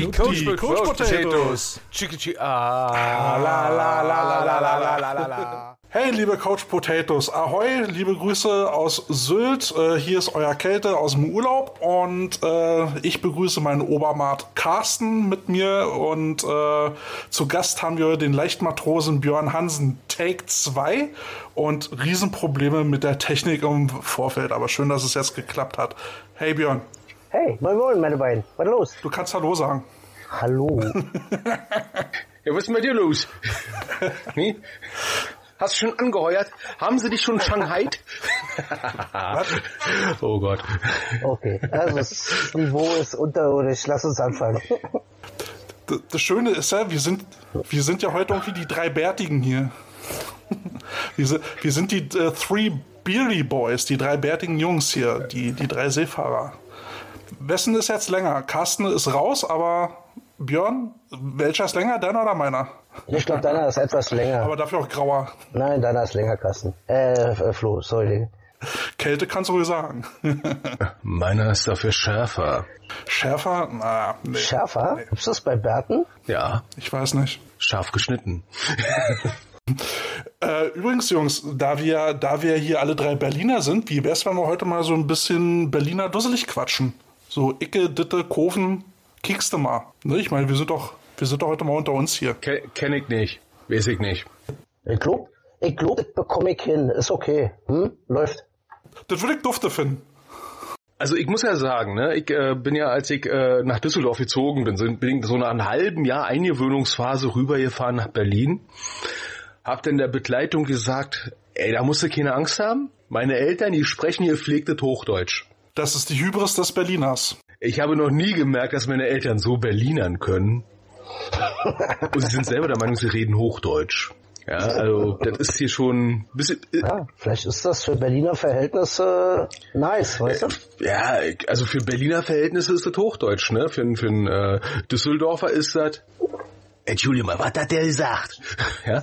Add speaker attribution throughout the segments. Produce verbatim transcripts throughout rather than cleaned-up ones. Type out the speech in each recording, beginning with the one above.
Speaker 1: Die Coach, die Coach Potatoes.
Speaker 2: Chicky, ah, la, la, la, la, la, la, la, la.
Speaker 1: Hey, liebe Coach Potatoes, ahoi, liebe Grüße aus Sylt. Äh, hier ist euer Kälte aus dem Urlaub und äh, ich begrüße meinen Obermaat Carsten mit mir und äh, zu Gast haben wir den Leichtmatrosen Björn Hansen Take zwei und Riesenprobleme mit der Technik im Vorfeld, aber schön, dass es jetzt geklappt hat. Hey Björn.
Speaker 3: Hey, moin moin, meine beiden. Was ist los?
Speaker 1: Du kannst Hallo sagen.
Speaker 3: Hallo.
Speaker 2: Ja, was ist mit dir los? Hm? Hast du schon angeheuert? Haben sie dich schon Shanghai? Oh Gott.
Speaker 3: Okay, also das Niveau ist unterirdisch. Lass uns anfangen.
Speaker 1: Das, das Schöne ist ja, wir sind, wir sind ja heute irgendwie die drei Bärtigen hier. Wir sind, wir sind die uh, Three Beery Boys, die drei bärtigen Jungs hier, die, die drei Seefahrer. Wessen ist jetzt länger? Carsten ist raus, aber Björn, welcher ist länger, deiner oder meiner?
Speaker 3: Ich glaube, deiner ist etwas länger.
Speaker 1: Aber dafür auch grauer.
Speaker 3: Nein, deiner ist länger, Carsten. Äh, äh Flo, sorry.
Speaker 1: Kälte kannst du ruhig sagen.
Speaker 2: Meiner ist dafür schärfer.
Speaker 1: Schärfer? Na, nee.
Speaker 3: Schärfer?
Speaker 1: Nee.
Speaker 3: Gibt's das bei Bärten?
Speaker 2: Ja.
Speaker 1: Ich weiß nicht.
Speaker 2: Scharf geschnitten.
Speaker 1: Äh, übrigens, Jungs, da wir, da wir hier alle drei Berliner sind, wie wär's, wenn wir heute mal so ein bisschen Berliner dusselig quatschen? So Icke, Ditte, Kofen, kiekste mal. Ne? Ich meine, wir sind doch, wir sind doch heute mal unter uns hier.
Speaker 2: Ke- kenn ich nicht. Weiß ich nicht.
Speaker 3: Ich glaub, ich glaub, das bekomme ich hin. Ist okay. Hm? Läuft.
Speaker 1: Das würde ich dufte finden.
Speaker 2: Also ich muss ja sagen, ne, ich äh, bin ja, als ich äh, nach Düsseldorf gezogen bin, sind, bin ich so nach einem halben Jahr Eingewöhnungsphase rübergefahren nach Berlin. Hab dann der Begleitung gesagt, ey, da musst du keine Angst haben. Meine Eltern, die sprechen hier gepflegtes Hochdeutsch.
Speaker 1: Das ist die Hybris des Berliners.
Speaker 2: Ich habe noch nie gemerkt, dass meine Eltern so Berlinern können. Und sie sind selber der Meinung, sie reden Hochdeutsch. Ja, also das ist hier schon ein bisschen... Äh,
Speaker 3: ja, vielleicht ist das für Berliner Verhältnisse äh, nice, weißt du?
Speaker 2: Ja, also für Berliner Verhältnisse ist das Hochdeutsch, ne? Für, für einen äh, Düsseldorfer ist das... Entschuldigung mal, was hat der gesagt? Ja?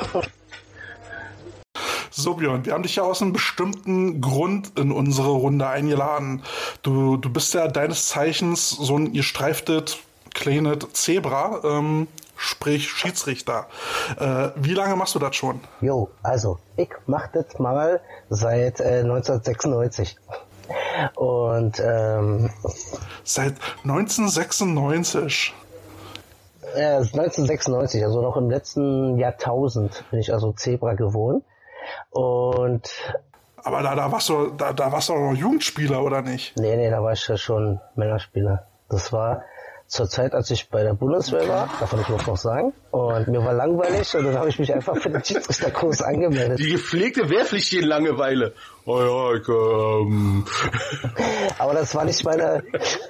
Speaker 1: So Björn, wir haben dich ja aus einem bestimmten Grund in unsere Runde eingeladen. Du, du bist ja deines Zeichens so ein gestreiftes, kleines Zebra, ähm, sprich Schiedsrichter. Äh, wie lange machst du das schon?
Speaker 3: Jo, also ich mach das mal seit äh, neunzehnhundertsechsundneunzig. Und ähm,
Speaker 1: Seit neunzehnhundertsechsundneunzig?
Speaker 3: Ja, neunzehnhundertsechsundneunzig, also noch im letzten Jahrtausend bin ich also Zebra geworden. Und
Speaker 1: aber da, da warst du, da, da warst du noch Jugendspieler, oder nicht?
Speaker 3: Nee, nee, da war ich ja schon Männerspieler. Das war zur Zeit, als ich bei der Bundeswehr war, darf ich noch sagen. Und mir war langweilig und dann habe ich mich einfach für den Schiedsrichterkurs angemeldet.
Speaker 2: Die gepflegte Wehrpflicht in Langeweile. Oh ja, ich, ähm.
Speaker 3: Aber das war nicht meine...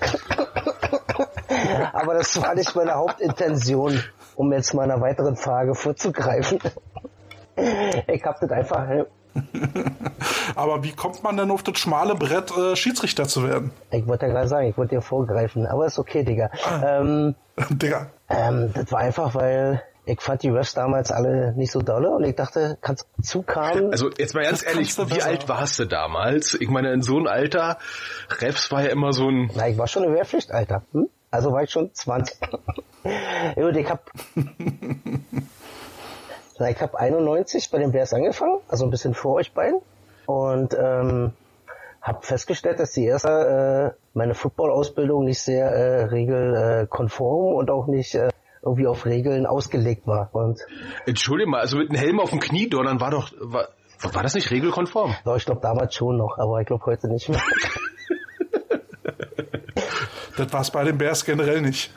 Speaker 3: Aber das war nicht meine Hauptintention, um jetzt mal einer weiteren Frage vorzugreifen. Ich hab das einfach...
Speaker 1: Aber wie kommt man denn auf das schmale Brett, äh, Schiedsrichter zu werden?
Speaker 3: Ich wollte ja gerade sagen, ich wollte dir vorgreifen, aber ist okay, Digga.
Speaker 1: Ah.
Speaker 3: Ähm,
Speaker 1: Digga.
Speaker 3: Ähm, das war einfach, weil ich fand die Refs damals alle nicht so dolle und ich dachte, kannst zukamen.
Speaker 2: Also jetzt mal ganz ehrlich, wie besser. Alt warst du damals? Ich meine, in so einem Alter, Refs war ja immer so ein...
Speaker 3: Na, ich war schon im Wehrpflichtalter. Hm? Also war ich schon zwanzig. Gut, ich hab... Na, ich hab einundneunzig bei den Bears angefangen, also ein bisschen vor euch beiden. Und ähm, habe festgestellt, dass die erste, äh, meine Football-Ausbildung nicht sehr äh, regelkonform und auch nicht äh, irgendwie auf Regeln ausgelegt war. Und
Speaker 2: Entschuldige mal, also mit einem Helm auf dem Knie donnern war doch, war, war das nicht regelkonform?
Speaker 3: Doch, ich glaube damals schon noch, aber ich glaube heute nicht mehr.
Speaker 1: Das war es bei den Bears generell nicht.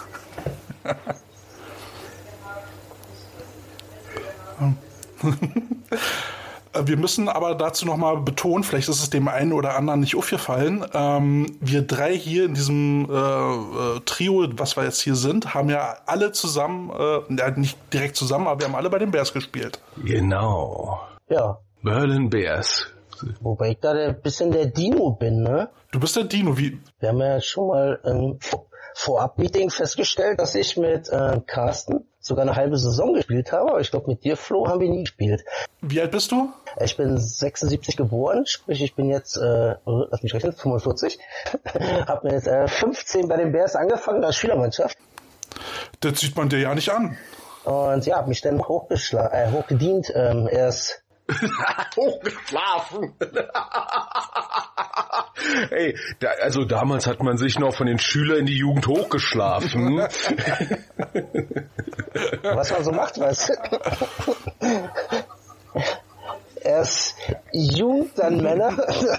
Speaker 1: Wir müssen aber dazu nochmal betonen, vielleicht ist es dem einen oder anderen nicht aufgefallen, ähm, wir drei hier in diesem äh, äh, Trio, was wir jetzt hier sind, haben ja alle zusammen, äh, ja, nicht direkt zusammen, aber wir haben alle bei den Bears gespielt.
Speaker 2: Genau.
Speaker 3: Ja.
Speaker 2: Berlin Bears.
Speaker 3: Wobei ich da ein bisschen der Dino bin, ne?
Speaker 1: Du bist der Dino, wie?
Speaker 3: Wir haben ja schon mal im Vorab-Meeting festgestellt, dass ich mit äh, Carsten sogar eine halbe Saison gespielt habe, aber ich glaube, mit dir, Flo, haben wir nie gespielt.
Speaker 1: Wie alt bist du?
Speaker 3: Ich bin sechsundsiebzig geboren, sprich, ich bin jetzt, äh, lass mich rechnen, fünfundvierzig. Hab mir jetzt äh, fünfzehn bei den Bears angefangen als Schülermannschaft.
Speaker 1: Das sieht man dir ja nicht an.
Speaker 3: Und ja, hab mich dann hochgeschla- äh, hochgedient. Ähm, erst
Speaker 2: hochgeschlafen. Ey, da, also damals hat man sich noch von den Schülern in die Jugend hochgeschlafen.
Speaker 3: Was man so macht, was? Erst Jugend, dann Männer.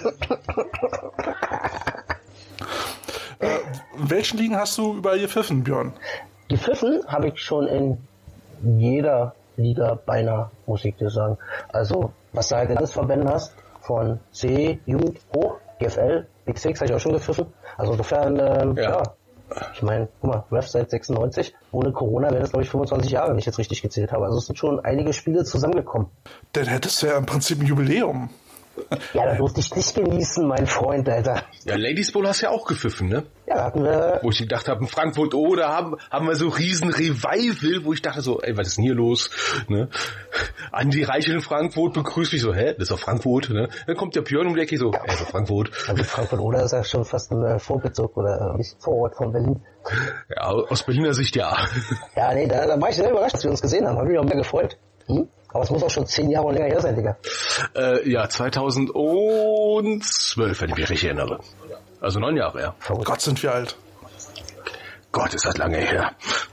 Speaker 1: äh, in welchen Ligen hast du überall gepfiffen, Björn?
Speaker 3: Gepfiffen habe ich schon in jeder Liga beinahe, muss ich dir sagen. Also, was du halt in Landesverbänden hast, von C, Jugend, hoch, G F L, Big Six habe ich auch schon gepfiffen. Also insofern, ähm, ja. ja. Ich meine, guck mal, Ref seit sechsundneunzig. Ohne Corona wäre das, glaube ich, fünfundzwanzig Jahre, wenn ich jetzt richtig gezählt habe. Also es sind schon einige Spiele zusammengekommen.
Speaker 1: Dann hättest du ja im Prinzip ein Jubiläum.
Speaker 3: Ja, da durfte ich nicht genießen, mein Freund, Alter.
Speaker 2: Ja, Ladies Bowl hast du ja auch gepfiffen, ne?
Speaker 3: Ja, da hatten wir...
Speaker 2: Wo ich gedacht habe, in Frankfurt, oh, da haben, haben wir so riesen Revival, wo ich dachte so, ey, was ist denn hier los? Ne? Andi Reichel in Frankfurt begrüßt mich so, hä, das ist doch Frankfurt, ne? Dann kommt der Björn um die Ecke so, ey, das ist doch Frankfurt.
Speaker 3: Also Frankfurt oder ist ja schon fast ein äh, Vorbezug oder nicht Vorort von Berlin.
Speaker 2: Ja, aus Berliner Sicht ja.
Speaker 3: Ja, nee, da, da war ich sehr überrascht, dass wir uns gesehen haben. Hab mich auch mehr gefreut. Hm? Aber es muss auch schon zehn Jahre länger her sein, Digga.
Speaker 2: Äh, ja, zweitausendzwölf, wenn ich mich richtig erinnere. Also neun Jahre, ja.
Speaker 1: Oh Gott, sind wir alt.
Speaker 2: Gott, ist das lange her.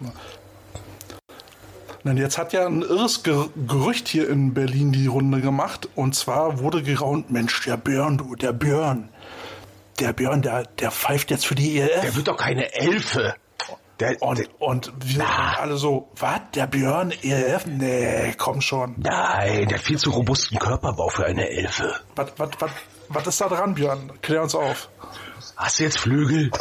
Speaker 1: Nein, jetzt hat ja ein irres Ger- Gerücht hier in Berlin die Runde gemacht. Und zwar wurde geraunt, Mensch, der Björn, du, der Björn. Der Björn, der, der pfeift jetzt für die E L F.
Speaker 2: Der wird doch keine Elfe. Der,
Speaker 1: und,
Speaker 2: der,
Speaker 1: und wir
Speaker 2: na.
Speaker 1: alle so, was, der Björn, E L F? Nee, komm schon.
Speaker 2: Nein, der hat viel zu robusten Körperbau für eine Elfe.
Speaker 1: Was, was, was, was ist da dran, Björn? Klär uns auf.
Speaker 2: Hast du jetzt Flügel?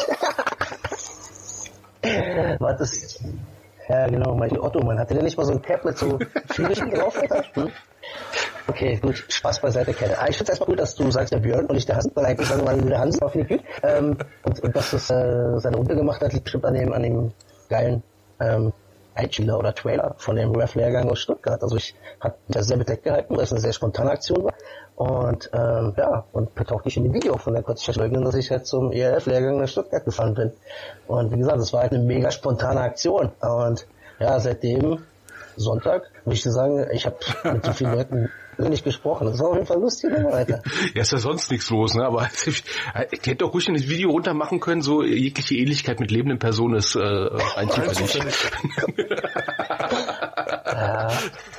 Speaker 3: Was ist... Ja, genau, mein Otto, man hatte der nicht mal so ein Cap mit so Flügelchen drauf? Hm? Okay, gut, Spaß beiseite, Kette. Ah, ich finde es erstmal gut, dass du sagst, der Björn und nicht der Hansen, weil eigentlich sagen wir mal nur der Hansen, auf jeden Fall. Ähm, und, und dass es äh, seine Runde gemacht hat, liegt bestimmt an dem, an dem geilen ähm, Einspieler oder Trailer von dem Ref-Lehrgang aus Stuttgart. Also ich habe das sehr bedeckt gehalten, weil es eine sehr spontane Aktion war. Und ähm, ja, und betauchte ich in dem Video von der konnte ich leugnen, dass ich halt zum E L F-Lehrgang nach Stuttgart gefahren bin. Und wie gesagt, das war halt eine mega spontane Aktion. Und ja, seitdem Sonntag, würde ich sagen, ich habe mit so vielen Leuten nicht gesprochen. Das war auf jeden Fall lustig, immer weiter.
Speaker 2: Ja, ist ja sonst nichts los, ne? Aber ich, ich hätte doch ruhig in das Video runtermachen können, so jegliche Ähnlichkeit mit lebenden Personen ist äh, rein zufällig.
Speaker 3: Ja.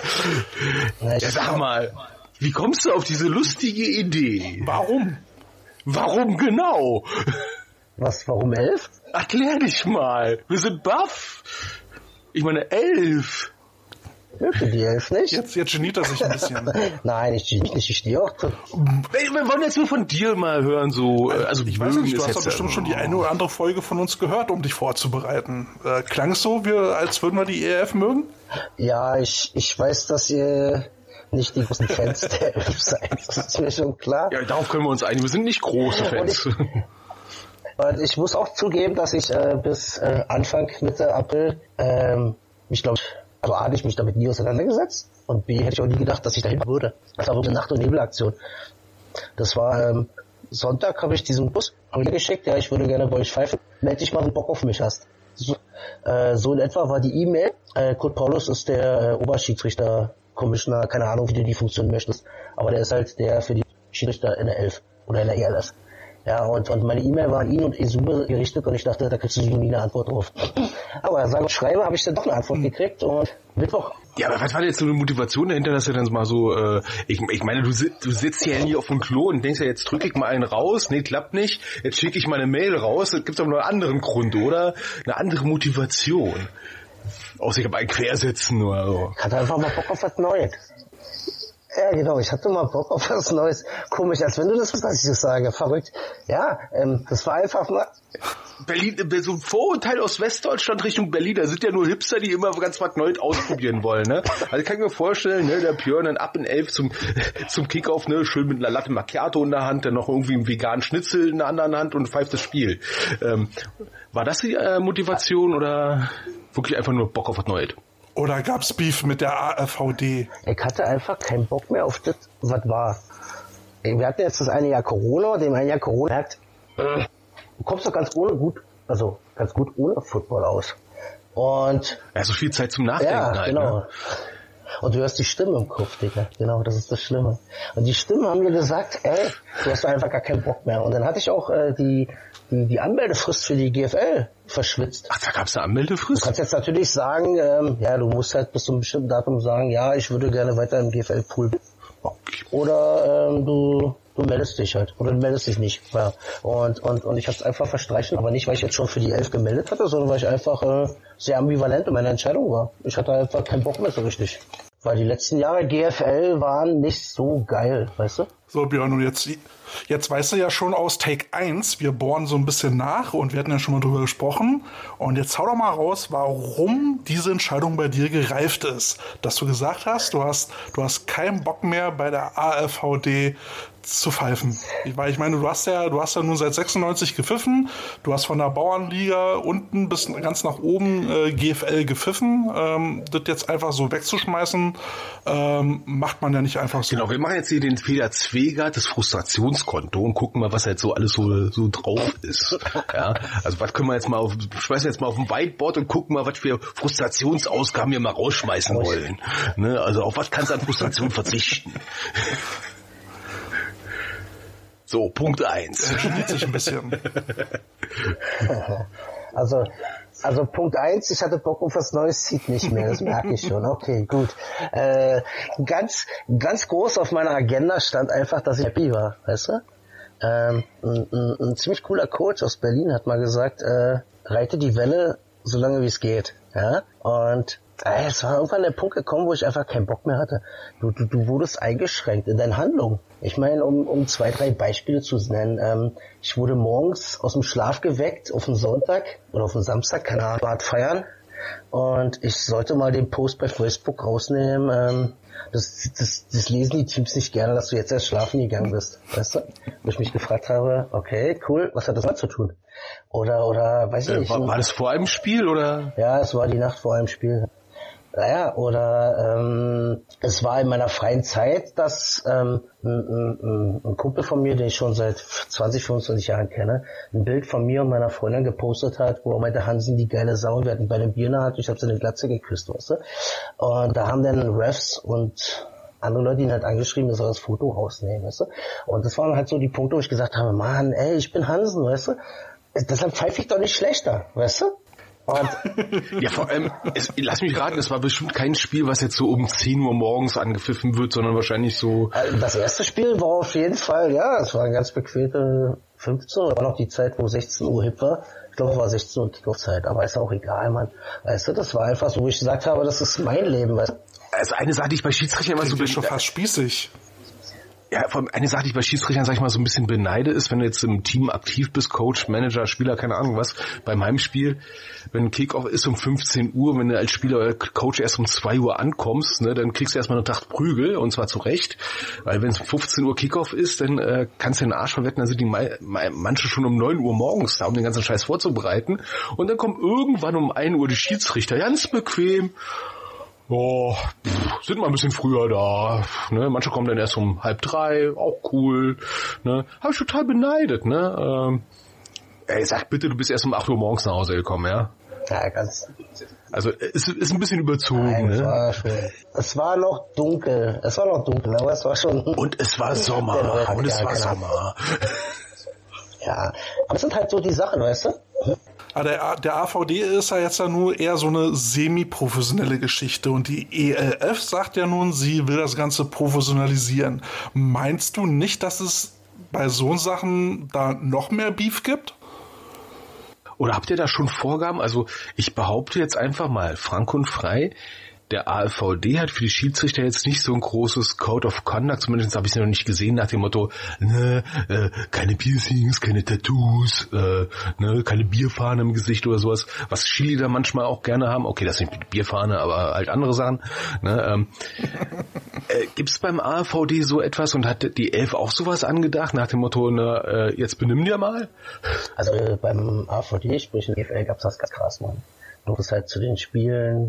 Speaker 3: Na,
Speaker 2: ja, sag mal, wie kommst du auf diese lustige Idee?
Speaker 1: Warum?
Speaker 2: Warum genau?
Speaker 3: Was, warum elf?
Speaker 2: Erklär dich mal. Wir sind baff. Ich meine, elf.
Speaker 3: Für die elf nicht?
Speaker 1: Jetzt, jetzt geniert er sich ein bisschen.
Speaker 3: Nein, ich stehe nicht, ich stehe auch.
Speaker 2: Wir, wir wollen jetzt nur von dir mal hören, so. Also
Speaker 1: ich weiß nicht, du hast doch bestimmt schon die eine oder andere Folge von uns gehört, um dich vorzubereiten. Äh, klang es so, wir, als würden wir die E L F mögen?
Speaker 3: Ja, ich, ich weiß, dass ihr nicht die großen Fans der elf seid. Das ist mir schon klar.
Speaker 2: Ja, darauf können wir uns einigen. Wir sind nicht große Fans.
Speaker 3: Und ich, und ich muss auch zugeben, dass ich äh, bis äh, Anfang, Mitte April ähm, mich, glaube ich, also A, hatte ich mich damit nie auseinandergesetzt und B, hätte ich auch nie gedacht, dass ich dahin würde. Das war wirklich eine Nacht- und Nebelaktion. Das war ähm, Sonntag, habe ich diesen Bus geschickt, ja, ich würde gerne bei euch pfeifen, melde dich mal, wenn du Bock auf mich hast. So, äh, so in etwa war die E-Mail. Äh, Kurt Paulus ist der äh, Oberschiedsrichter, Commissioner, keine Ahnung, wie du die Funktion möchtest, aber der ist halt der für die Schiedsrichter in der elf oder in der E L F. Ja, und, und meine E-Mail war an ihn und Esube gerichtet und ich dachte, da kriegst du nie eine Antwort drauf. Aber sage und schreibe, habe ich dann doch eine Antwort gekriegt und Mittwoch.
Speaker 2: Ja, aber was war denn jetzt so eine Motivation dahinter, dass du dann mal so, äh, ich, ich meine, du, du sitzt hier nie auf dem Klo und denkst ja, jetzt drücke ich mal einen raus, nee, klappt nicht, jetzt schicke ich mal eine Mail raus, das gibt's aber noch einen anderen Grund, oder? Eine andere Motivation. Außer ich habe einen Quersitzen oder so.
Speaker 3: Ich hatte einfach mal Bock auf was Neues. Ja, genau, ich hatte mal Bock auf was Neues. Komisch, als wenn du das, was ich das sage, verrückt. Ja, ähm, das war einfach mal...
Speaker 2: Berlin, so ein Vorurteil aus Westdeutschland Richtung Berlin, da sind ja nur Hipster, die immer ganz was Neues ausprobieren wollen, ne? Also kann ich mir vorstellen, ne, der Björn dann ab in elf zum, zum Kickoff, ne, schön mit einer Latte Macchiato in der Hand, dann noch irgendwie einen veganen Schnitzel in der anderen Hand und pfeift das Spiel. Ähm, war das die äh, Motivation oder wirklich einfach nur Bock auf was Neues?
Speaker 1: Oder gab's Beef mit der A F V D?
Speaker 3: Ich hatte einfach keinen Bock mehr auf das, was war. Wir hatten jetzt das eine Jahr Corona, dem einen Jahr Corona merkt, äh, du kommst doch ganz ohne gut, also ganz gut ohne Football aus. Und
Speaker 2: ja, so viel Zeit zum Nachdenken.
Speaker 3: Ja,
Speaker 2: halt,
Speaker 3: genau.
Speaker 2: Ne?
Speaker 3: Und du hörst die Stimme im Kopf, Digga. Genau, das ist das Schlimme. Und die Stimmen haben mir gesagt, ey, du hast einfach gar keinen Bock mehr. Und dann hatte ich auch äh, die, die die Anmeldefrist für die G F L verschwitzt.
Speaker 2: Ach, da gab's eine Anmeldefrist?
Speaker 3: Du kannst jetzt natürlich sagen, ähm, ja, du musst halt bis zu einem bestimmten Datum sagen, ja, ich würde gerne weiter im G F L-Pool.
Speaker 2: Okay.
Speaker 3: Oder ähm, du du meldest dich halt. Oder du meldest dich nicht. Ja. Und, und, und ich habe es einfach verstreichen, aber nicht, weil ich jetzt schon für die Elf gemeldet hatte, sondern weil ich einfach äh, sehr ambivalent in meiner Entscheidung war. Ich hatte einfach keinen Bock mehr so richtig. Weil die letzten Jahre G F L waren nicht so geil, weißt du?
Speaker 1: So, Björn, und jetzt, jetzt weißt du ja schon aus Take eins, wir bohren so ein bisschen nach und wir hatten ja schon mal drüber gesprochen. Und jetzt hau doch mal raus, warum diese Entscheidung bei dir gereift ist. Dass du gesagt hast, du hast, du hast keinen Bock mehr bei der A F V D zu pfeifen. Weil ich meine, du hast ja, du hast ja nun seit sechsundneunzig gepfiffen, du hast von der Bauernliga unten bis ganz nach oben äh, G F L gepfiffen. Ähm, das jetzt einfach so wegzuschmeißen, ähm, macht man ja nicht einfach so.
Speaker 2: Genau, wir machen jetzt hier den Fehler Zwegert, das Frustrationskonto, und gucken mal, was jetzt so alles so, so drauf ist. Ja, also was können wir jetzt mal auf, schmeißen jetzt mal auf dem Whiteboard und gucken mal, was für Frustrationsausgaben wir mal rausschmeißen wollen. Ne? Also auf was kannst du an Frustration verzichten? So, Punkt eins.
Speaker 1: Geniert sich ein bisschen.
Speaker 3: Also, also Punkt eins, ich hatte Bock auf was Neues, zieht nicht mehr, das merke ich schon. Okay, gut. Äh, ganz, ganz groß auf meiner Agenda stand einfach, dass ich happy war, weißt du? Ähm, ein, ein, ein ziemlich cooler Coach aus Berlin hat mal gesagt, äh, reite die Welle so lange wie es geht. Ja? Und äh, es war irgendwann der Punkt gekommen, wo ich einfach keinen Bock mehr hatte. Du, du, du wurdest eingeschränkt in deinen Handlungen. Ich meine, um, um zwei, drei Beispiele zu nennen. Ähm, ich wurde morgens aus dem Schlaf geweckt auf den Sonntag oder auf den Samstag, keine Ahnung, Bad feiern. Und ich sollte mal den Post bei Facebook rausnehmen. Ähm, das, das, das lesen die Teams nicht gerne, dass du jetzt erst schlafen gegangen bist. Weißt du? Wo ich mich gefragt habe, okay, cool, was hat das damit zu tun? Oder, oder, weiß ich nicht.
Speaker 2: War, war das vor einem Spiel, oder?
Speaker 3: Ja, es war die Nacht vor einem Spiel. Naja, oder ähm, es war in meiner freien Zeit, dass ähm, ein, ein, ein Kumpel von mir, den ich schon seit zwanzig, fünfundzwanzig Jahren kenne, ein Bild von mir und meiner Freundin gepostet hat, wo er meinte, Hansen, die geile Sau, wir hatten bei dem Bier in der Hand, ich habe seine Glatze geküsst, weißt du? Und da haben dann Refs und andere Leute ihn halt angeschrieben, er soll das Foto rausnehmen, weißt du? Und das waren halt so die Punkte, wo ich gesagt habe, Mann, ey, ich bin Hansen, weißt du? Deshalb pfeife ich doch nicht schlechter, weißt du? Und
Speaker 2: ja, vor allem, es, lass mich raten, es war bestimmt kein Spiel, was jetzt so um zehn Uhr morgens angepfiffen wird, sondern wahrscheinlich so...
Speaker 3: Das erste Spiel war auf jeden Fall, ja, es war ein ganz bequemte fünfzehn Uhr, war noch die Zeit, wo sechzehn Uhr hip war. Ich glaube, es war sechzehn Uhr Kickoff-Zeit, aber ist auch egal, Mann. Weißt du, das war einfach so, wo ich gesagt habe, das ist mein Leben, weißt du.
Speaker 2: Also eine Sache, die ich bei Schiedsrichtern immer so...
Speaker 1: bin schon fast spießig.
Speaker 2: Ja, vor allem eine Sache, die ich bei Schiedsrichtern, sag ich mal, so ein bisschen beneide, ist, wenn du jetzt im Team aktiv bist, Coach, Manager, Spieler, keine Ahnung was, beim Heimspiel, wenn ein Kickoff ist um fünfzehn Uhr, wenn du als Spieler oder Coach erst um zwei Uhr ankommst, ne, dann kriegst du erstmal eine Tracht Prügel, und zwar zu Recht, weil wenn es um fünfzehn Uhr Kickoff ist, dann äh, kannst du den Arsch verwetten, dann sind die Me- Me- manche schon um neun Uhr morgens da, um den ganzen Scheiß vorzubereiten, und dann kommt irgendwann um ein Uhr die Schiedsrichter, ganz bequem, oh, pff, sind mal ein bisschen früher da, ne? Manche kommen dann erst um halb drei, auch cool, ne? Hab ich total beneidet, ne? Ähm, ey, sag bitte, du bist erst um acht Uhr morgens nach Hause gekommen, ja?
Speaker 3: Ja, ganz...
Speaker 2: Also, es ist ein bisschen überzogen,
Speaker 3: Nein,
Speaker 2: ne?
Speaker 3: es war schon... Es war noch dunkel, es war noch dunkel, aber es war schon...
Speaker 2: Und es war Sommer, und es war Sommer.
Speaker 3: Ja, aber es sind halt so die Sachen, weißt du?
Speaker 1: Aber der, der A V D ist ja jetzt ja nur eher so eine semi-professionelle Geschichte und die E L F sagt ja nun, sie will das Ganze professionalisieren. Meinst du nicht, dass es bei so Sachen da noch mehr Beef gibt?
Speaker 2: Oder habt ihr da schon Vorgaben? Also ich behaupte jetzt einfach mal, frank und frei, der A F V D hat für die Schiedsrichter jetzt nicht so ein großes Code of Conduct, zumindest habe ich es noch nicht gesehen, nach dem Motto, ne, äh, keine Piercings, keine Tattoos, äh, ne, keine Bierfahne im Gesicht oder sowas, was Chili da manchmal auch gerne haben. Okay, das ist nicht Bierfahne, aber halt andere Sachen. Ne, ähm, äh, gibt es beim A F V D so etwas, und hat die Elf auch sowas angedacht, nach dem Motto, ne, äh, jetzt benimm dir mal?
Speaker 3: Also äh, beim A V D, sprich in der G F L, gab es das ganz krass, Mann. Du bist halt zu den Spielen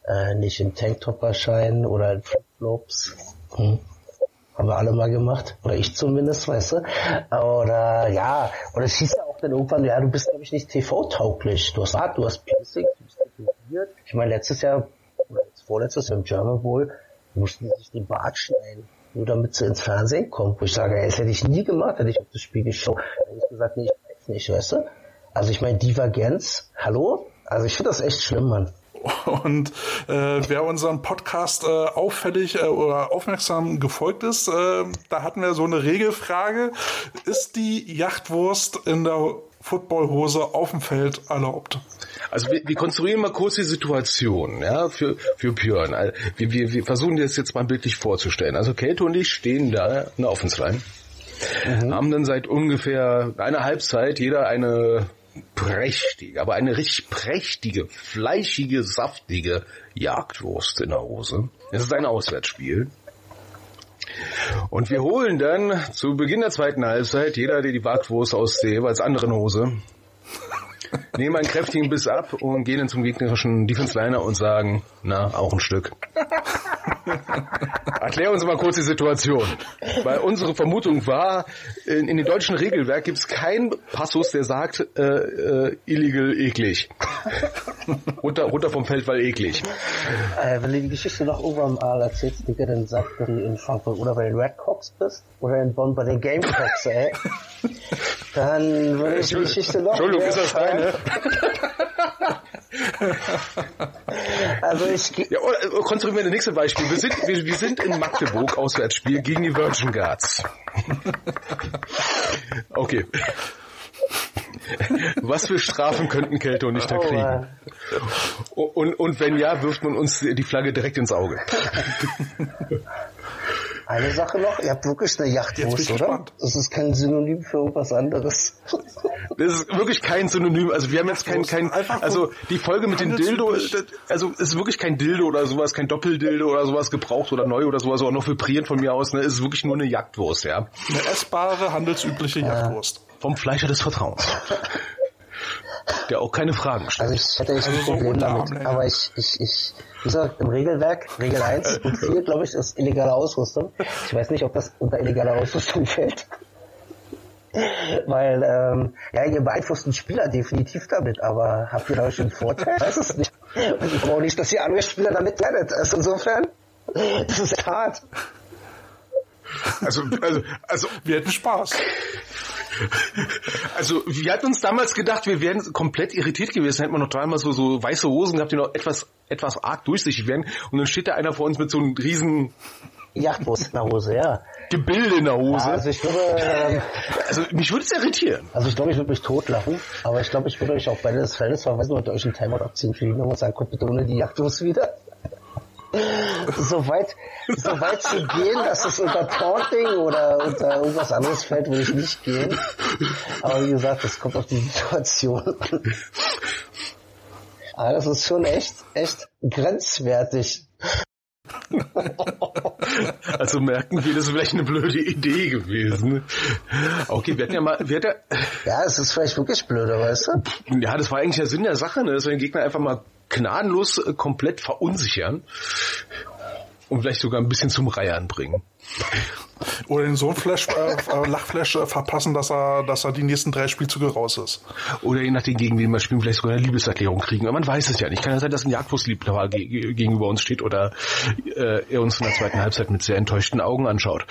Speaker 3: äh, nicht im Tanktop erscheinen oder in Flipflops. Hm. Haben wir alle mal gemacht. Oder ich zumindest, weißt du. Oder ja, oder es hieß ja auch dann irgendwann, ja, du bist, glaube ich, nicht T V-tauglich. Du hast Bart, du hast Piercing, du bist tätowiert. Ich meine, letztes Jahr, oder jetzt vorletztes Jahr im German Bowl, mussten sie sich den Bart schneiden, nur damit sie ins Fernsehen kommen. Wo ich sage, ey, das hätte ich nie gemacht, hätte ich auf das Spiel geschaut. Da hätte ich gesagt, nee, ich weiß nicht, weißt du. Also ich meine, Divergenz, hallo? Also ich finde das echt schlimm, Mann.
Speaker 1: Und äh, wer unserem Podcast äh, auffällig äh, oder aufmerksam gefolgt ist, äh, da hatten wir so eine Regelfrage. Ist die Jagdwurst in der Footballhose auf dem Feld erlaubt?
Speaker 2: Also wir, wir konstruieren mal kurz die Situation, ja, für, für Björn. Wir, wir, wir versuchen das jetzt mal bildlich vorzustellen. Also Kälte und ich stehen da in der Offense-Line, mhm. haben dann seit ungefähr einer Halbzeit jeder eine prächtige, aber eine richtig prächtige, fleischige, saftige Jagdwurst in der Hose. Es ist ein Auswärtsspiel. Und wir holen dann zu Beginn der zweiten Halbzeit jeder, der die Jagdwurst aus der jeweils anderen Hose, nehmen einen kräftigen Biss ab und gehen dann zum gegnerischen Defense-Liner und sagen, na, auch ein Stück. Erklär uns mal kurz die Situation. Weil unsere Vermutung war, in, in dem deutschen Regelwerk gibt es keinen Passus, der sagt, äh, äh, illegal, eklig. runter, runter vom Feld, weil eklig.
Speaker 3: Äh, wenn du die Geschichte noch irgendwann mal erzählst, Digga, dann sag, dass du in Frankfurt oder bei den Redcocks bist oder in Bonn bei den Gamecocks, ey. Dann würde ich die Geschichte noch...
Speaker 2: Entschuldigung, ist das deine?
Speaker 3: Also ich...
Speaker 2: Ja, konstruieren wir das nächste Beispiel. Wir sind, wir, wir sind in Magdeburg, Auswärtsspiel, gegen die Virgin Guards. Okay. Was für Strafen könnten Kälte und ich da kriegen? Oh, und, und wenn ja, wirft man uns die Flagge direkt ins Auge.
Speaker 3: Eine Sache noch, ihr habt wirklich eine Jagdwurst, oder? Gespannt. Das ist kein Synonym für irgendwas anderes.
Speaker 2: Das ist wirklich kein Synonym, also wir haben jetzt kein, kein, also die Folge mit dem Dildo, also es ist wirklich kein Dildo oder sowas, kein Doppeldildo oder sowas gebraucht oder neu oder sowas, oder noch vibriert von mir aus, ne, es ist wirklich nur eine Jagdwurst, ja.
Speaker 1: Eine essbare, handelsübliche ja. Jagdwurst.
Speaker 2: Vom Fleischer des Vertrauens. Der auch keine Fragen stellt.
Speaker 3: Also ich hätte echt also ein Problem so damit, aber ich, ich, ich, wie gesagt, im Regelwerk, Regel eins und vier, glaube ich, ist illegale Ausrüstung. Ich weiß nicht, ob das unter illegale Ausrüstung fällt. Weil, ähm, ja, ihr beeinflusst den Spieler definitiv damit, aber habt ihr dadurch einen Vorteil? Ich weiß es nicht. Und ich brauche nicht, dass ihr andere Spieler damit lernt. Also insofern, das ist hart.
Speaker 2: Also, also, also,
Speaker 1: wir hätten Spaß.
Speaker 2: Also, wir hatten uns damals gedacht, wir wären komplett irritiert gewesen, hätten wir noch dreimal so, so weiße Hosen gehabt, die noch etwas, etwas arg durchsichtig wären, und dann steht da einer vor uns mit so einem riesen
Speaker 3: Jagdwurst in der Hose, ja.
Speaker 2: Gebilde in der Hose.
Speaker 3: Ja, also ich würde, ähm,
Speaker 2: also mich würde es irritieren.
Speaker 3: Also ich glaube, ich würde mich totlachen, aber ich glaube, ich würde euch auch beide des Feldes verweisen und euch einen Timeout abziehen für ihn und sagen, kommt bitte ohne die Jagdwurst wieder. So weit, so weit zu gehen, dass es unter Taunting oder unter irgendwas anderes fällt, würde ich nicht gehen. Aber wie gesagt, es kommt auf die Situation an. Aber das ist schon echt, echt grenzwertig.
Speaker 2: Also merken wir, das ist vielleicht eine blöde Idee gewesen. Okay, wir hatten ja mal... Wir hatten
Speaker 3: ja, es ist vielleicht wirklich blöde, weißt du?
Speaker 2: Ja, das war eigentlich der Sinn der Sache, ne? Dass wir den Gegner einfach mal gnadenlos äh, komplett verunsichern und vielleicht sogar ein bisschen zum Reiern bringen.
Speaker 1: Oder den so einen Flash, äh, Lachflash äh, verpassen, dass er, dass er die nächsten drei Spielzüge raus ist.
Speaker 2: Oder je nachdem, gegen wen wir spielen, vielleicht sogar eine Liebeserklärung kriegen. Aber man weiß es ja nicht. Kann ja sein, dass ein Jagdwurstliebhaber ge- gegenüber uns steht oder äh, er uns in der zweiten Halbzeit mit sehr enttäuschten Augen anschaut.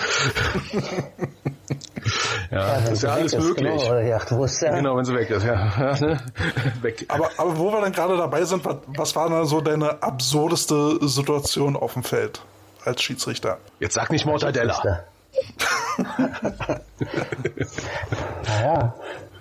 Speaker 2: Ja, ja, das ist ja alles ist, möglich.
Speaker 3: Genau, Jagdwurst, ja.
Speaker 2: Genau, wenn sie weg ist, ja. Ne? Weg.
Speaker 1: Aber, aber wo wir dann gerade dabei sind, was, was war denn so deine absurdeste Situation auf dem Feld als Schiedsrichter?
Speaker 2: Jetzt sag nicht Mortadella.
Speaker 3: Naja.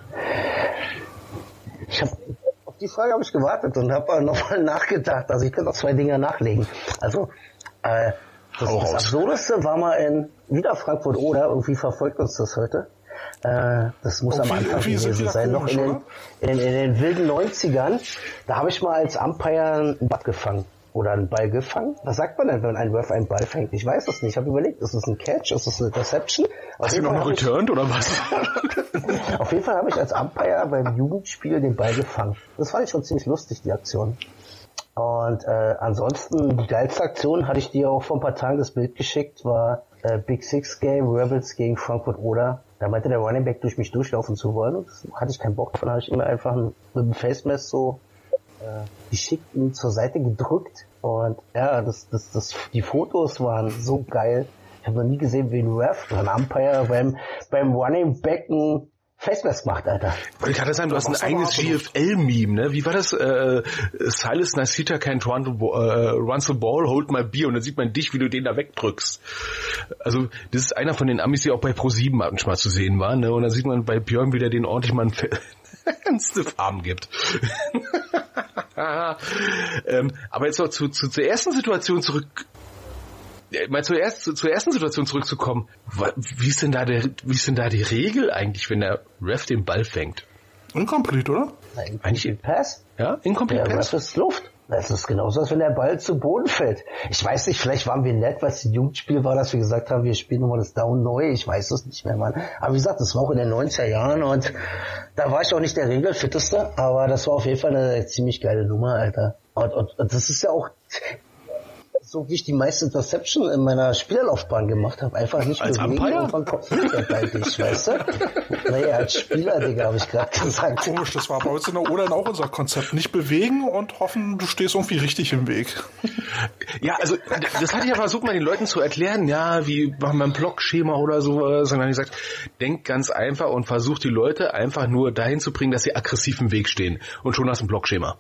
Speaker 3: Ich hab, auf die Frage habe ich gewartet und habe nochmal nachgedacht. Also ich könnte auch zwei Dinge nachlegen. Also äh, das, das Absurdeste war mal in wieder Frankfurt oder irgendwie verfolgt uns das heute. Äh, das muss
Speaker 1: okay,
Speaker 3: am Anfang gewesen sein, noch in den, in, in den wilden neunzigern. Da habe ich mal als Umpire einen Ball gefangen. Oder einen Ball gefangen? Was sagt man denn, wenn ein Wurf einen Ball fängt? Ich weiß es nicht. Ich habe überlegt, ist es ein Catch? Ist es eine Interception?
Speaker 2: Hast du nochmal returned oder was?
Speaker 3: Auf jeden Fall habe ich als Umpire beim Jugendspiel den Ball gefangen. Das fand ich schon ziemlich lustig, die Aktion. Und äh, ansonsten, die geilste Aktion, hatte ich dir auch vor ein paar Tagen das Bild geschickt, war äh, Big Six Game, Rebels gegen Frankfurt Oder. Da meinte der Running Back, durch mich durchlaufen zu wollen. Das hatte ich keinen Bock von, habe ich immer einfach mit dem Face-Mess so äh, geschickt ihn zur Seite gedrückt. Und ja, das, das, das, die Fotos waren so geil. Ich habe noch nie gesehen, wie ein Ref oder ein Umpire beim, beim Running Back ein Face-Mask macht, Alter.
Speaker 2: Wollte ich gerade sagen, du hast ein eigenes G F L-Meme, ne? Wie war das? Äh, Silas Nasita can't run the, uh, runs the ball, hold my beer. Und dann sieht man dich, wie du den da wegdrückst. Also, das ist einer von den Amis, die auch bei Pro sieben manchmal zu sehen waren, ne? Und dann sieht man bei Björn, wie der den ordentlich mal einen Stiff-Arm gibt. ähm, aber jetzt noch zu, zu, zur ersten Situation zurück. Mal zuerst zur ersten Situation zurückzukommen. Wie ist denn da der, wie ist denn da die Regel eigentlich, wenn der Ref den Ball fängt?
Speaker 1: Incomplete, oder?
Speaker 3: Na, Incomplete Pass?
Speaker 2: Ja, Incomplete
Speaker 3: der
Speaker 2: Pass.
Speaker 3: Der Ref ist Luft. Das ist genauso, als wenn der Ball zu Boden fällt. Ich weiß nicht, vielleicht waren wir nett, weil es ein Jugendspiel war, dass wir gesagt haben, wir spielen nochmal das Down neu. Ich weiß es nicht mehr, Mann. Aber wie gesagt, das war auch in den neunziger Jahren und da war ich auch nicht der Regelfitteste, aber das war auf jeden Fall eine ziemlich geile Nummer, Alter. Und, und, und das ist ja auch so, wie ich die meisten Interception in meiner Spielerlaufbahn gemacht habe. Einfach nicht
Speaker 2: als
Speaker 3: bewegen
Speaker 2: Umpire?
Speaker 3: und dann kommt der bei dich, weißt du? Naja, als Spieler, Digga, habe ich gerade gesagt.
Speaker 1: Komisch, das war bei uns in der O-Line auch unser Konzept. Nicht bewegen und hoffen, du stehst irgendwie richtig im Weg.
Speaker 2: Ja, also das hatte ich ja versucht, mal den Leuten zu erklären, ja, wie machen wir ein Blockschema oder so, sondern ich gesagt, denk ganz einfach und versuch die Leute einfach nur dahin zu bringen, dass sie aggressiv im Weg stehen und schon hast du ein Blockschema.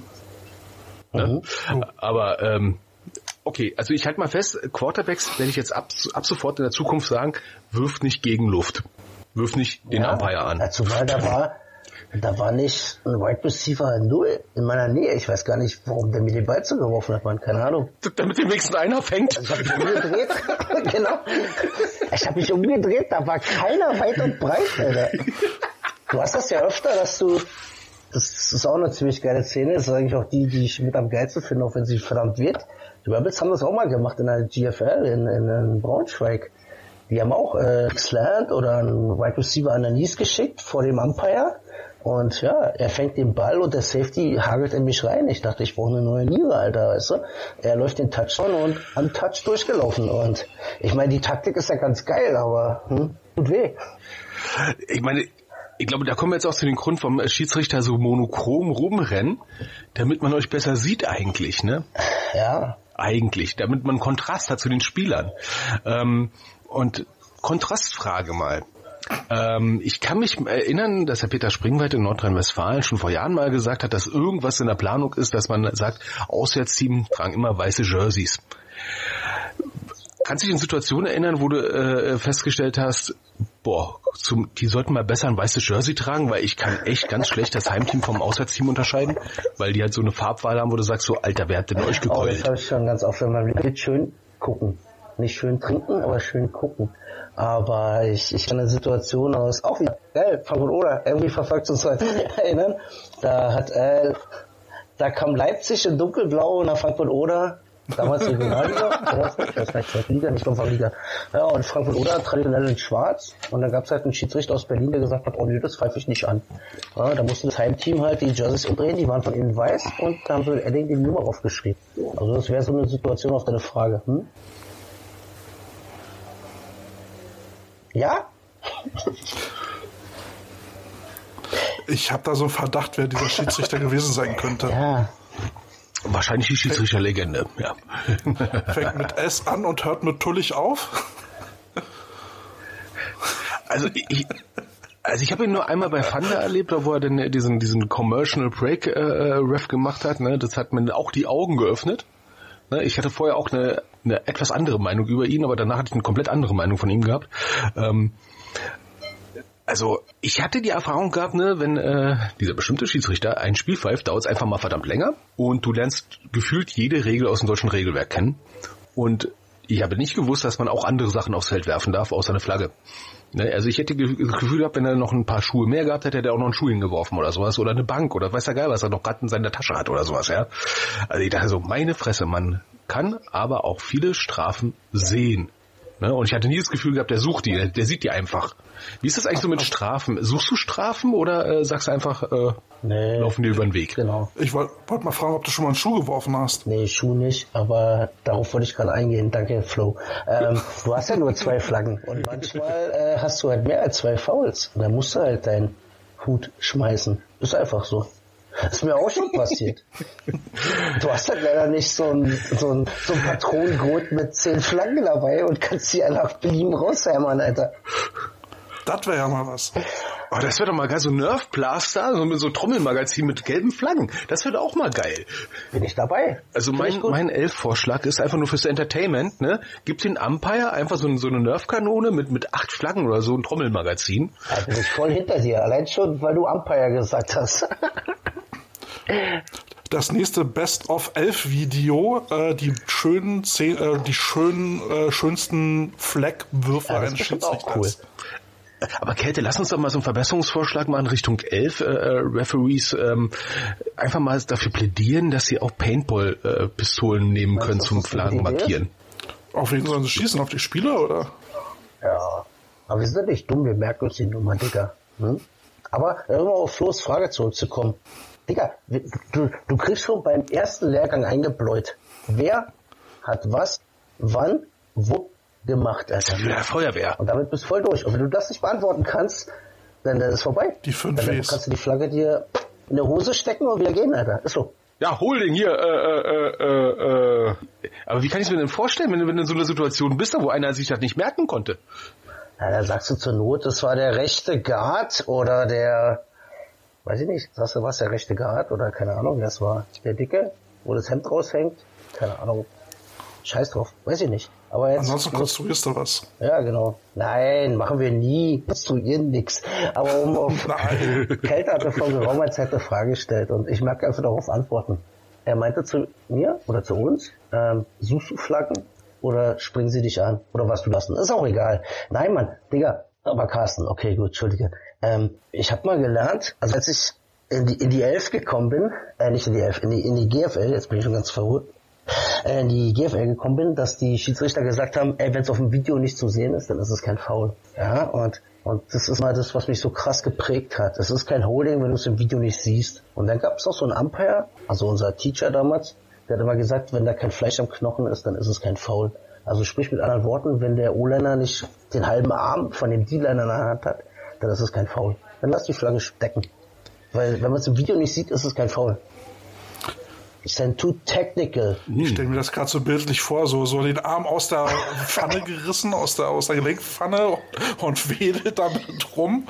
Speaker 2: Mhm. Ne? Oh. Aber ähm, okay, also ich halte mal fest, Quarterbacks, werde ich jetzt ab, ab sofort in der Zukunft sagen, wirft nicht gegen Luft. Wirft nicht den
Speaker 3: ja,
Speaker 2: Umpire an.
Speaker 3: Ja, zumal da war, da war nicht ein Wide Receiver null in meiner Nähe. Ich weiß gar nicht, warum der mir den Ball zugeworfen hat, man. Keine Ahnung.
Speaker 2: Damit den nächsten einer fängt.
Speaker 3: Ich habe mich umgedreht. Genau. Ich habe mich umgedreht, da war keiner weit und breit, Alter. Du hast das ja öfter, dass du, das ist auch eine ziemlich geile Szene, das ist eigentlich auch die, die ich mit am geilsten finde, auch wenn sie verdammt wird. Die Rebels haben das auch mal gemacht in der G F L, in, in, in Braunschweig. Die haben auch äh, Slant oder einen Wide Receiver an der Knees geschickt vor dem Umpire. Und ja, er fängt den Ball und der Safety hagelt in mich rein. Ich dachte, ich brauche eine neue Niere, Alter, weißt du? Er läuft den Touchdown und am Touch durchgelaufen. Und ich meine, die Taktik ist ja ganz geil, aber hm, tut weh.
Speaker 2: Ich meine, ich glaube, da kommen wir jetzt auch zu dem Grund vom Schiedsrichter so monochrom rumrennen, damit man euch besser sieht eigentlich, ne?
Speaker 3: Ja.
Speaker 2: Eigentlich, damit man Kontrast hat zu den Spielern. Ähm, und Kontrastfrage mal. Ähm, ich kann mich erinnern, dass Herr Peter Springweit in Nordrhein-Westfalen schon vor Jahren mal gesagt hat, dass irgendwas in der Planung ist, dass man sagt, Auswärtsteam tragen immer weiße Jerseys. Kannst du dich an Situationen erinnern, wo du äh, festgestellt hast, boah, zum, die sollten mal besser ein weißes Jersey tragen, weil ich kann echt ganz schlecht das Heimteam vom Auswärtsteam unterscheiden, weil die halt so eine Farbwahl haben, wo du sagst, so, Alter, wer hat denn euch gekeult?
Speaker 3: Oh, das habe ich schon ganz oft in meinem Leben. Schön gucken. Nicht schön trinken, aber schön gucken. Aber ich, ich kann eine Situation aus, auch wieder, geil, Frankfurt Oder, irgendwie verfolgt uns halt erinnern. Da hat, äh, da kam Leipzig in dunkelblau nach Frankfurt Oder. Damals Regionalliga, ich weiß nicht, zweite Liga, nicht Liga. Ja, und Frankfurt Oder traditionell in schwarz. Und dann gab es halt einen Schiedsrichter aus Berlin, der gesagt hat, oh nö, das pfeife ich nicht an. Ja, da musste das Heimteam halt die Jerseys umdrehen, die waren von innen weiß und da haben sie mit Edding die Nummer aufgeschrieben. Also das wäre so eine Situation auf deine Frage. Hm? Ja?
Speaker 1: Ich habe da so einen Verdacht, wer dieser Schiedsrichter gewesen sein könnte.
Speaker 3: Ja.
Speaker 2: Wahrscheinlich die Schiedsrichterlegende, ja.
Speaker 1: Fängt mit S an und hört mit Tullig auf.
Speaker 2: Also ich, also ich habe ihn nur einmal bei Thunder erlebt, wo er dann diesen diesen Commercial Break äh, Ref gemacht hat. Ne? Das hat mir auch die Augen geöffnet. Ne? Ich hatte vorher auch eine, eine etwas andere Meinung über ihn, aber danach hatte ich eine komplett andere Meinung von ihm gehabt. Ähm, Also ich hatte die Erfahrung gehabt, ne, wenn äh, dieser bestimmte Schiedsrichter ein Spiel pfeift, dauert es einfach mal verdammt länger und du lernst gefühlt jede Regel aus dem deutschen Regelwerk kennen. Und ich habe nicht gewusst, dass man auch andere Sachen aufs Feld werfen darf, außer eine Flagge. Ne, also ich hätte das Gefühl gehabt, wenn er noch ein paar Schuhe mehr gehabt hätte, hätte er auch noch einen Schuh hingeworfen oder sowas. Oder eine Bank oder weiß der Geil, was er noch gerade in seiner Tasche hat oder sowas. Ja. Also ich dachte so, meine Fresse, man kann aber auch viele Strafen sehen. Ne? Und ich hatte nie das Gefühl gehabt, der sucht die, der, der sieht die einfach. Wie ist das eigentlich so mit Strafen? Suchst du Strafen oder äh, sagst du einfach, äh,
Speaker 3: Nee.
Speaker 2: laufen dir über den Weg?
Speaker 3: Genau.
Speaker 1: Ich wollte wollt mal fragen, ob du schon mal einen Schuh geworfen hast.
Speaker 3: Nee, Schuh nicht, aber darauf wollte ich gerade eingehen. Danke, Flo. Ähm, du hast ja nur zwei Flaggen und manchmal äh, hast du halt mehr als zwei Fouls. Und dann musst du halt deinen Hut schmeißen. Ist einfach so. Das ist mir auch schon passiert. Du hast halt leider nicht so ein, so ein, so ein Patronengurt mit zehn Flaggen dabei und kannst die alle auf Belieben raushämmern, Alter.
Speaker 1: Das wäre ja mal was.
Speaker 2: Oh, das wäre doch mal geil, so Nerf-Blaster, so, so Trommelmagazin mit gelben Flaggen. Das wäre auch mal geil.
Speaker 3: Bin ich dabei.
Speaker 2: Also mein, mein Elf-Vorschlag ist einfach nur fürs Entertainment, ne? Gibt den Umpire einfach so, so eine Nerf-Kanone mit, mit acht Flaggen oder so, ein Trommelmagazin.
Speaker 3: Da bin ich voll hinter dir. Allein schon, weil du Umpire gesagt hast.
Speaker 1: Das nächste Best-of-Elf-Video, äh, die schönen, zehn, äh, die schönen, äh, schönsten Flag-Würfe
Speaker 3: Ja, das
Speaker 1: eines
Speaker 3: ist bestimmt auch
Speaker 1: Schiedsrichters.
Speaker 2: Aber Käthe, lass uns doch mal so einen Verbesserungsvorschlag machen Richtung elf äh, Referees. Ähm, einfach mal dafür plädieren, dass sie auch Paintball-Pistolen nehmen
Speaker 3: Meinst
Speaker 2: können
Speaker 3: du,
Speaker 2: zum
Speaker 3: das ist eine
Speaker 2: Flaggen
Speaker 3: Idee?
Speaker 2: markieren.
Speaker 1: Auf wen sollen sie schießen? Auf die Spieler, oder?
Speaker 3: Ja, aber wir sind nicht dumm, wir merken uns die Nummer, Digga. Hm? Aber um auf Flo's Frage zurückzukommen. Digga, du, du kriegst schon beim ersten Lehrgang eingebläut. Wer hat was, wann, wo gemacht, Alter.
Speaker 2: Ja, Feuerwehr.
Speaker 3: Und damit bist du voll durch. Und wenn du das nicht beantworten kannst, dann, dann ist vorbei.
Speaker 1: Die fünf
Speaker 3: Dann, dann
Speaker 1: Ws.
Speaker 3: kannst du die Flagge dir in eine Hose stecken und wieder gehen, Alter. Ist so.
Speaker 2: Ja, Holding hier, äh, äh, äh, äh. Aber wie kann ich es mir denn vorstellen, wenn du wenn du in so einer Situation bist, wo einer sich das nicht merken konnte?
Speaker 3: Ja, dann sagst du zur Not, das war der rechte Guard oder der, weiß ich nicht, sagst du was, der rechte Guard oder keine Ahnung, das war der Dicke, wo das Hemd raushängt, keine Ahnung, scheiß drauf, weiß ich nicht. Aber jetzt,
Speaker 1: Ansonsten konstruierst du was.
Speaker 3: ja genau, nein, machen wir nie, konstruieren nix. Aber um auf Kälte hatte vor geraumer Zeit eine Frage gestellt und ich mag einfach darauf antworten. Er meinte zu mir oder zu uns, ähm, suchst du Flaggen? Oder springen sie dich an? Oder was du lassen? Ist auch egal. Nein, Mann, Digga. Aber Carsten, okay, gut, Entschuldige. Ähm, ich habe mal gelernt, also als ich in die in die Elf gekommen bin, äh, nicht in die Elf, in die in die G F L, jetzt bin ich schon ganz verrückt, äh, in die G F L gekommen bin, dass die Schiedsrichter gesagt haben, ey, wenn es auf dem Video nicht zu sehen ist, dann ist es kein Foul. Ja, und und das ist mal das, was mich so krass geprägt hat. Es ist kein Holding, wenn du es im Video nicht siehst. Und dann gab es auch so einen Umpire, also unser Teacher damals, der hat immer gesagt, wenn da kein Fleisch am Knochen ist, dann ist es kein Foul. Also sprich mit anderen Worten, wenn der O-Liner nicht den halben Arm von dem D-Liner in der Hand hat, dann ist es kein Foul. Dann lass die Flagge stecken. Weil wenn man es im Video nicht sieht, ist es kein Foul. Ist dann too technical.
Speaker 1: Ich stelle mir das gerade so bildlich vor, so, so den Arm aus der Pfanne gerissen, aus der, aus der Gelenkpfanne und wedelt damit rum.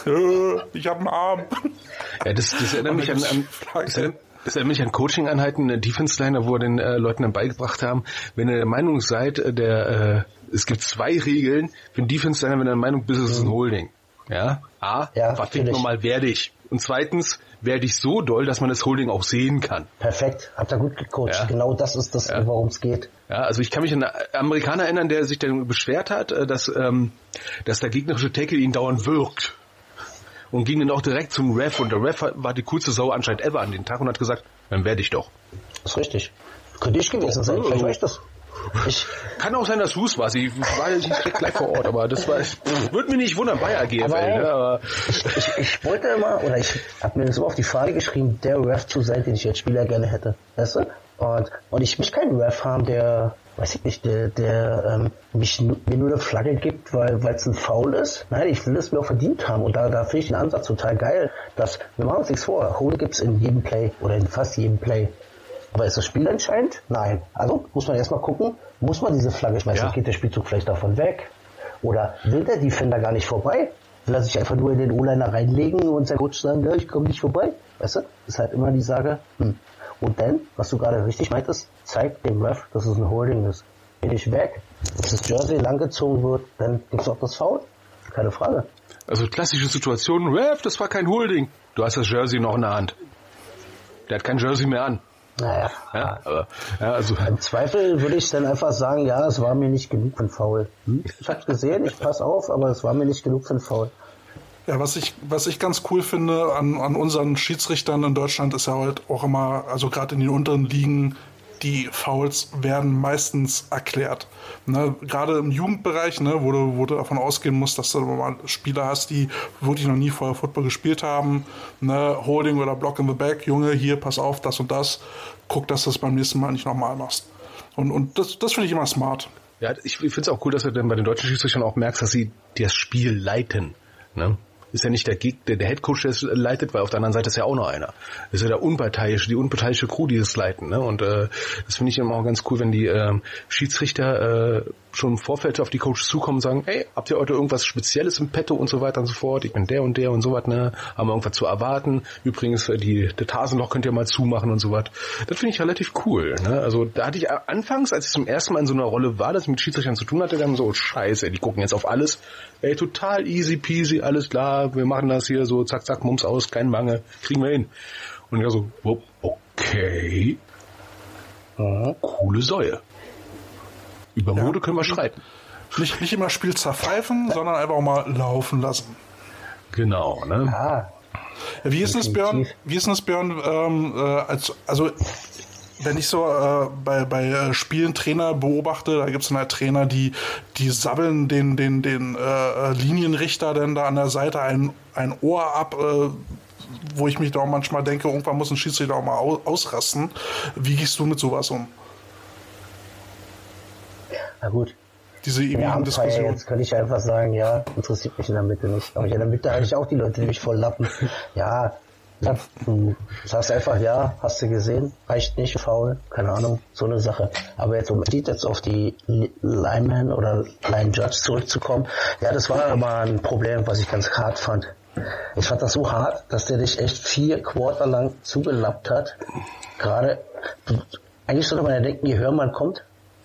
Speaker 1: Ich habe einen Arm.
Speaker 2: Ja, das, das erinnert mich an, an das erinnert, Das erinnert mich an Coaching-Einheiten der Defense-Liner, wo wir den äh, Leuten dann beigebracht haben, wenn ihr der Meinung seid, äh, der äh, es gibt zwei Regeln für den Defense-Liner, wenn ihr der Meinung bist, es ist ein Holding. Ja? A,
Speaker 3: Ja,
Speaker 2: verfickt
Speaker 3: natürlich.
Speaker 2: nochmal werde ich. Und zweitens, werde ich so doll, dass man das Holding auch sehen kann.
Speaker 3: Perfekt, habt ihr gut gecoacht.
Speaker 2: Ja.
Speaker 3: Genau das ist das,
Speaker 2: Ja.
Speaker 3: worum es geht.
Speaker 2: Ja, also ich kann mich an einen Amerikaner erinnern, der sich dann beschwert hat, äh, dass, ähm, dass der gegnerische Tackle ihn dauernd wirkt. Und ging dann auch direkt zum Ref und der Ref war die coolste Sau anscheinend ever an den Tag und hat gesagt, dann werde ich doch.
Speaker 3: Ist richtig. Könnte ich gewesen sein, vielleicht war ich das. Ich,
Speaker 2: Kann auch sein, dass du es warst. Ich war nicht direkt gleich vor Ort, aber das war, würde mich nicht wundern bei der G F L.
Speaker 3: Aber,
Speaker 2: Ne? Aber
Speaker 3: ich, ich wollte immer, oder ich habe mir das immer auf die Fahne geschrieben, der Ref zu sein, den ich als Spieler gerne hätte. Weißt du? Und, und ich möchte keinen Ref haben, der, weiß ich nicht, der, der ähm, mich, mir nur eine Flagge gibt, weil es ein Foul ist. Nein, ich will es mir auch verdient haben. Und da, da finde ich den Ansatz total geil, dass, wir machen uns nichts vor, Hold gibt's in jedem Play oder in fast jedem Play. Aber ist das Spiel entscheidend? Nein. Also muss man erstmal gucken, muss man diese Flagge schmeißen?
Speaker 2: Ja.
Speaker 3: Geht der Spielzug vielleicht davon weg? Oder will der Defender gar nicht vorbei? Will er sich einfach nur in den O-Liner reinlegen und sein Coach sagen, ja, ich komme nicht vorbei? Weißt du? Ist halt immer die Sage, hm. Und dann, was du gerade richtig meintest, zeigt dem Ref, dass es ein Holding ist. Geh dich weg, dass das Jersey langgezogen wird, dann gibt's auch das Foul. Keine Frage.
Speaker 2: also klassische Situation, Ref, das war kein Holding. Du hast das Jersey noch in der Hand. Der hat kein Jersey mehr an.
Speaker 3: Naja.
Speaker 2: Ja, aber, ja, also,
Speaker 3: Im Zweifel würde ich dann einfach sagen, ja, es war mir nicht genug für ein Foul. Hm? Ich hab's gesehen, ich pass auf, aber es war mir nicht genug für ein Foul.
Speaker 1: Ja, was ich, was ich ganz cool finde an, an unseren Schiedsrichtern in Deutschland ist ja halt auch immer, also gerade in den unteren Ligen, die Fouls werden meistens erklärt. Ne, gerade im Jugendbereich, ne, wo, du, wo du davon ausgehen musst, dass du mal Spieler hast, die wirklich noch nie vorher Football gespielt haben. Ne, Holding oder Block in the Back, Junge, hier, pass auf, das und das. Guck, dass du das beim nächsten Mal nicht nochmal machst. Und, und das, das finde ich immer smart.
Speaker 2: Ja, ich finde es auch cool, dass du dann bei den deutschen Schiedsrichtern auch merkst, dass sie das Spiel leiten. Ne? Ist ja nicht der Gegner, der Headcoach, der es leitet, weil auf der anderen Seite ist ja auch noch einer. Das ist ja der unparteiische, die unparteiische Crew, die es leiten. Ne? Und äh, das finde ich immer auch ganz cool, wenn die äh, Schiedsrichter äh, schon im Vorfeld auf die Coaches zukommen und sagen, hey, habt ihr heute irgendwas Spezielles im Petto und so weiter und so fort, ich bin der und der und so was, ne, haben wir irgendwas zu erwarten, übrigens, die, das Tasenloch könnt ihr mal zumachen und so was. Das finde ich relativ cool, ne, also da hatte ich anfangs, als ich zum ersten Mal in so einer Rolle war, dass ich mit Schiedsrichtern zu tun hatte, dann so, scheiße, die gucken jetzt auf alles, ey, total easy peasy, alles klar, wir machen das hier so, zack, zack, Mums aus, kein Mangel, kriegen wir hin. Und ich so, okay, oh, coole Säue. Über Mode ja. können wir streiten.
Speaker 1: Nicht, nicht immer Spiel zerpfeifen, sondern einfach auch mal laufen lassen.
Speaker 2: Genau, ne?
Speaker 3: Ah,
Speaker 1: wie ist es, Björn? Wie ist es, Björn? Ähm, äh, als, also, wenn ich so äh, bei, bei äh, Spielen Trainer beobachte, da gibt es dann halt Trainer, die, die sabbeln den, den, den äh, Linienrichter dann da an der Seite ein, ein Ohr ab, äh, wo ich mich da auch manchmal denke, irgendwann muss ein Schiedsrichter auch mal ausrasten. Wie gehst du mit sowas um?
Speaker 3: Na gut.
Speaker 1: Diese ewigen Diskussionen.
Speaker 3: Jetzt könnte ich einfach sagen, ja, interessiert mich in der Mitte nicht. Aber in der Mitte habe ich auch die Leute, die mich voll lappen. Ja, du sagst einfach, ja, hast du gesehen, reicht nicht, faul, keine Ahnung, so eine Sache. Aber jetzt, um jetzt auf die Lineman oder Line Judge zurückzukommen, ja, das war aber ein Problem, was ich ganz hart fand. Ich fand das so hart, dass der dich echt vier Quarter lang zugelappt hat. Gerade, eigentlich sollte man ja denken, je höher man kommt,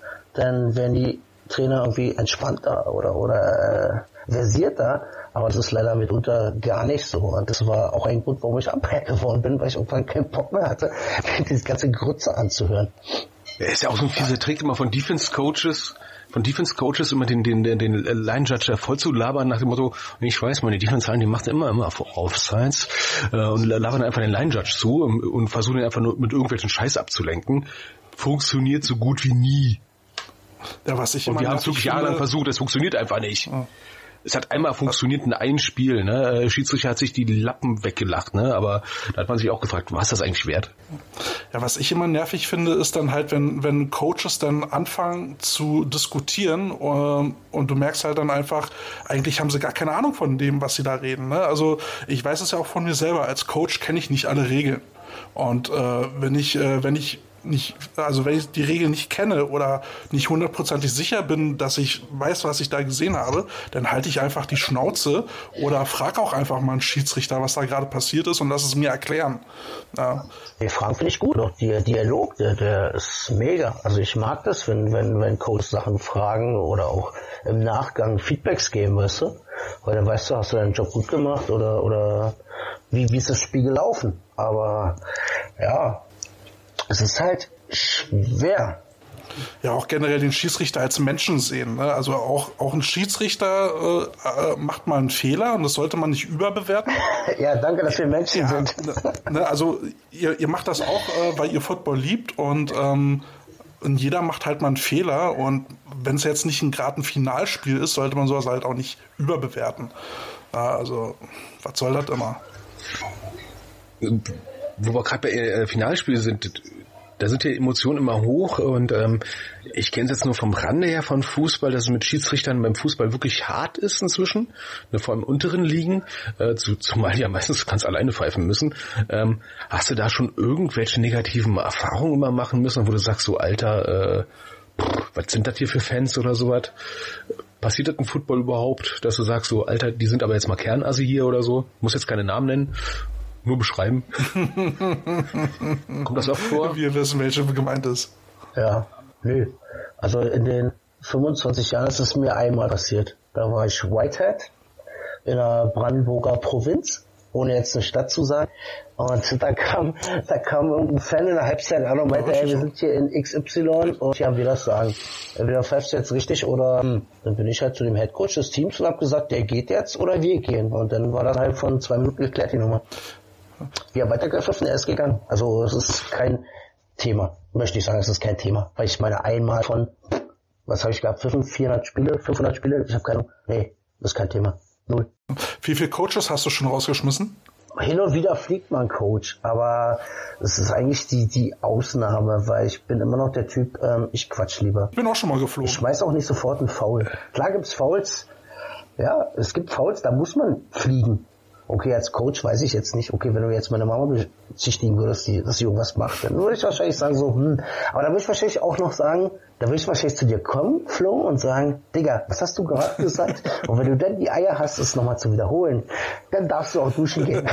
Speaker 3: dann werden die Trainer irgendwie entspannter oder oder äh, versierter, aber das ist leider mitunter gar nicht so. Und das war auch ein Grund, warum ich Umpire geworden bin, weil ich irgendwann keinen Bock mehr hatte, diese ganze Grütze anzuhören.
Speaker 2: Ja, ist ja auch so ein fieser Trick immer von Defense-Coaches, von Defense-Coaches immer den, den, den, den Line-Judge voll zu labern nach dem Motto, ich weiß, meine Defense-Line, die macht immer, immer Offsides äh, und labern einfach den Line-Judge zu und, und versuchen ihn einfach nur mit irgendwelchen Scheiß abzulenken. Funktioniert so gut wie nie.
Speaker 1: Ja, was ich
Speaker 2: und wir haben es wirklich jahrelang versucht, es funktioniert einfach nicht. Ja. Es hat einmal funktioniert in einem Spiel, ne? Schiedsrichter hat sich die Lappen weggelacht, ne? Aber da hat man sich auch gefragt, was ist das eigentlich wert?
Speaker 1: Ja, was ich immer nervig finde, ist dann halt, wenn, wenn Coaches dann anfangen zu diskutieren ähm, und du merkst halt dann einfach, eigentlich haben sie gar keine Ahnung von dem, was sie da reden, ne? Also ich weiß es ja auch von mir selber, als Coach kenne ich nicht alle Regeln. Und äh, wenn ich, äh, wenn ich nicht, also wenn ich die Regeln nicht kenne oder nicht hundertprozentig sicher bin, dass ich weiß, was ich da gesehen habe, dann halte ich einfach die Schnauze oder frage auch einfach mal einen Schiedsrichter, was da gerade passiert ist und lass es mir erklären. Ja.
Speaker 3: Die Fragen finde ich gut, auch der Dialog, der, der ist mega. Also ich mag das, wenn, wenn, wenn Coaches Sachen fragen oder auch im Nachgang Feedbacks geben, weißt du? Weil dann weißt du, hast du deinen Job gut gemacht oder, oder wie, wie ist das Spiel gelaufen? Aber ja, es ist halt schwer.
Speaker 1: Ja, auch generell den Schiedsrichter als Menschen sehen. Ne? Also auch, auch ein Schiedsrichter äh, macht mal einen Fehler und das sollte man nicht überbewerten.
Speaker 3: Ja, danke, dass wir Menschen ja, sind.
Speaker 1: Ne, also ihr, ihr macht das auch, äh, weil ihr Football liebt und, ähm, und jeder macht halt mal einen Fehler und wenn es jetzt nicht ein gerade ein Finalspiel ist, sollte man sowas halt auch nicht überbewerten. Ja, also was soll das immer?
Speaker 2: Wo wir gerade bei äh, Finalspielen sind, da sind die Emotionen immer hoch und ähm, ich kenne es jetzt nur vom Rande her von Fußball, dass es mit Schiedsrichtern beim Fußball wirklich hart ist inzwischen, ne, vor allem unteren Ligen, äh, zu, zumal ja meistens kannst alleine pfeifen müssen. Ähm, hast du da schon irgendwelche negativen Erfahrungen immer machen müssen, wo du sagst, so Alter, äh, pff, was sind das hier für Fans oder sowas? Passiert das im Football überhaupt, dass du sagst, so Alter, die sind aber jetzt mal Kernassi hier oder so? Muss jetzt keine Namen nennen. Nur beschreiben. Kommt das auch vor?
Speaker 1: Wir wissen, welche gemeint ist.
Speaker 3: Ja, nö. Also in den fünfundzwanzig Jahren ist es mir einmal passiert. Da war ich Whitehead in der Brandenburger Provinz, ohne jetzt eine Stadt zu sagen. Und da kam, da kam irgendein Fan in der Halbzeit an und meinte, hey, wir sind hier in X Y und hier haben wir das sagen. Entweder pfeifst du jetzt richtig oder hm. Dann bin ich halt zu dem Headcoach des Teams und hab gesagt, der geht jetzt oder wir gehen. Und dann war das halt von zwei Minuten geklärt, die Nummer. Wir haben weitergepfiffen, er ist gegangen. Also es ist kein Thema. Möchte ich sagen, es ist kein Thema. Weil ich meine, einmal von, was habe ich gehabt, vierhundert Spiele, fünfhundert Spiele, ich habe keine Ahnung. Nee, das ist kein Thema. Null.
Speaker 1: Wie viele Coaches hast du schon rausgeschmissen?
Speaker 3: Hin und wieder fliegt man Coach, aber es ist eigentlich die die Ausnahme, weil ich bin immer noch der Typ, ähm, ich quatsch lieber.
Speaker 1: Ich bin auch schon mal geflogen.
Speaker 3: Ich schmeiß auch nicht sofort einen Foul. Klar gibt's Fouls, ja, es gibt Fouls, da muss man fliegen. Okay, als Coach weiß ich jetzt nicht, okay, wenn du jetzt meine Mama bezichtigen würdest, die, dass sie irgendwas macht, dann würde ich wahrscheinlich sagen so, hm, aber da würde ich wahrscheinlich auch noch sagen, da würde ich wahrscheinlich zu dir kommen, Flo, und sagen, Digga, was hast du gerade gesagt? Und wenn du dann die Eier hast, es nochmal zu wiederholen, dann darfst du auch duschen gehen.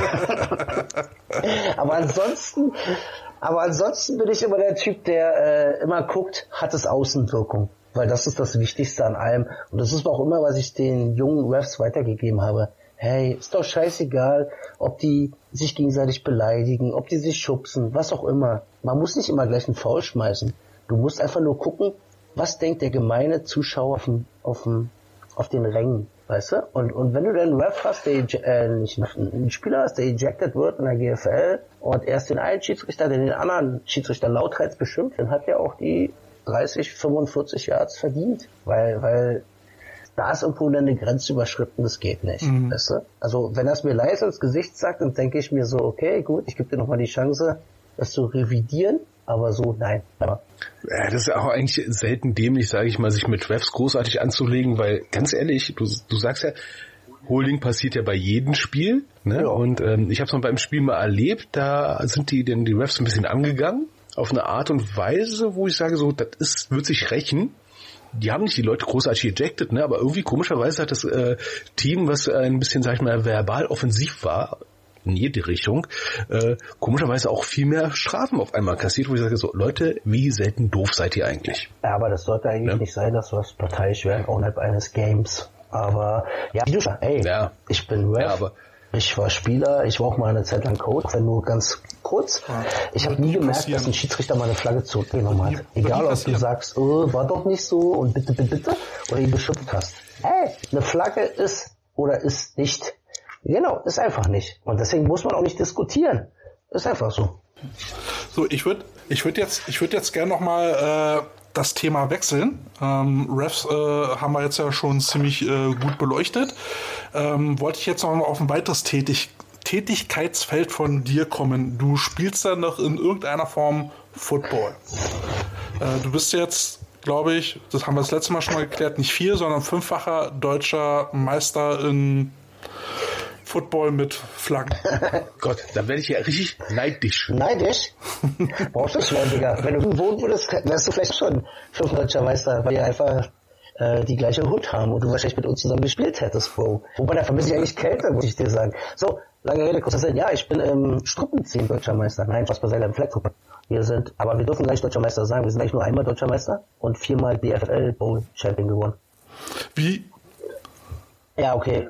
Speaker 3: aber ansonsten, aber ansonsten bin ich immer der Typ, der äh, immer guckt, hat es Außenwirkung. Weil das ist das Wichtigste an allem. Und das ist auch immer, was ich den jungen Refs weitergegeben habe. Hey, ist doch scheißegal, ob die sich gegenseitig beleidigen, ob die sich schubsen, was auch immer. Man muss nicht immer gleich einen Foul schmeißen. Du musst einfach nur gucken, was denkt der gemeine Zuschauer auf, dem, auf, dem, auf den Rängen, weißt du? Und, und wenn du dann einen Ref hast, der äh, nicht einen Spieler hast, der ejected wird in der G F L und erst den einen Schiedsrichter, der den anderen Schiedsrichter lauthals beschimpft, dann hat der auch die dreißig, fünfundvierzig Yards verdient, weil, weil da ist irgendwo eine Grenze überschritten, das geht nicht. Mhm. Weißt du? Also wenn er es mir leise ins Gesicht sagt, dann denke ich mir so, okay, gut, ich gebe dir nochmal die Chance, das zu revidieren, aber so, nein. Ja,
Speaker 2: das ist auch eigentlich selten dämlich, sage ich mal, sich mit Refs großartig anzulegen, weil ganz ehrlich, du, du sagst ja, Holding passiert ja bei jedem Spiel, ne? Ja. Und ähm, ich habe es mal beim Spiel mal erlebt, da sind die denn die Refs ein bisschen angegangen, auf eine Art und Weise, wo ich sage, so, das ist, wird sich rächen. Die haben nicht die Leute großartig ejected, ne, aber irgendwie komischerweise hat das äh, Team, was äh, ein bisschen, sag ich mal, verbal offensiv war, in jede Richtung, äh, komischerweise auch viel mehr Strafen auf einmal kassiert, wo ich sage, so, Leute, wie selten doof seid ihr eigentlich?
Speaker 3: Ja, aber das sollte eigentlich ja. nicht sein, dass was parteiisch werden, außerhalb eines Games. Aber, ja, wie du schon, ey, ja. ich bin Ref, ja, aber ich war Spieler, ich war auch mal eine Zeit lang Coach, wenn nur ganz kurz. Ja, ich habe nie gemerkt, passieren. dass ein Schiedsrichter mal eine Flagge zurückgenommen hat. Egal, ob du sagst, oh, war doch nicht so und bitte, bitte, bitte, oder ihn beschimpft hast. Hey, eine Flagge ist oder ist nicht. Genau, ist einfach nicht. Und deswegen muss man auch nicht diskutieren. Ist einfach so.
Speaker 1: So, ich würde ich würd jetzt, ich würd jetzt gerne nochmal äh, das Thema wechseln. Ähm, Refs äh, haben wir jetzt ja schon ziemlich äh, gut beleuchtet. Ähm, wollte ich jetzt noch mal auf ein weiteres Tätig- Tätigkeitsfeld von dir kommen. Du spielst ja noch in irgendeiner Form Football. Äh, du bist jetzt, glaube ich, das haben wir das letzte Mal schon mal geklärt, nicht vier, sondern fünffacher deutscher Meister in Football mit Flaggen.
Speaker 2: Gott, da werde ich ja richtig neidisch.
Speaker 3: Neidisch? Brauchst du schon, Digga. Wenn du wohnen würdest, wärst du vielleicht schon fünf deutscher Meister, weil wir einfach äh, die gleiche Hut haben und du wahrscheinlich mit uns zusammen gespielt hättest, Bro. Wobei, da vermisse ich eigentlich Kälte, muss ich dir sagen. So, lange Rede, kurzer Sinn. Ja, ich bin im Struppenziehen deutscher Meister. Nein, was beiseite im Fleckgruppe. Wir sind, aber wir dürfen gleich deutscher Meister sein. Wir sind eigentlich nur einmal deutscher Meister und viermal D F L Bowl Champion gewonnen.
Speaker 1: Wie?
Speaker 3: Ja, okay.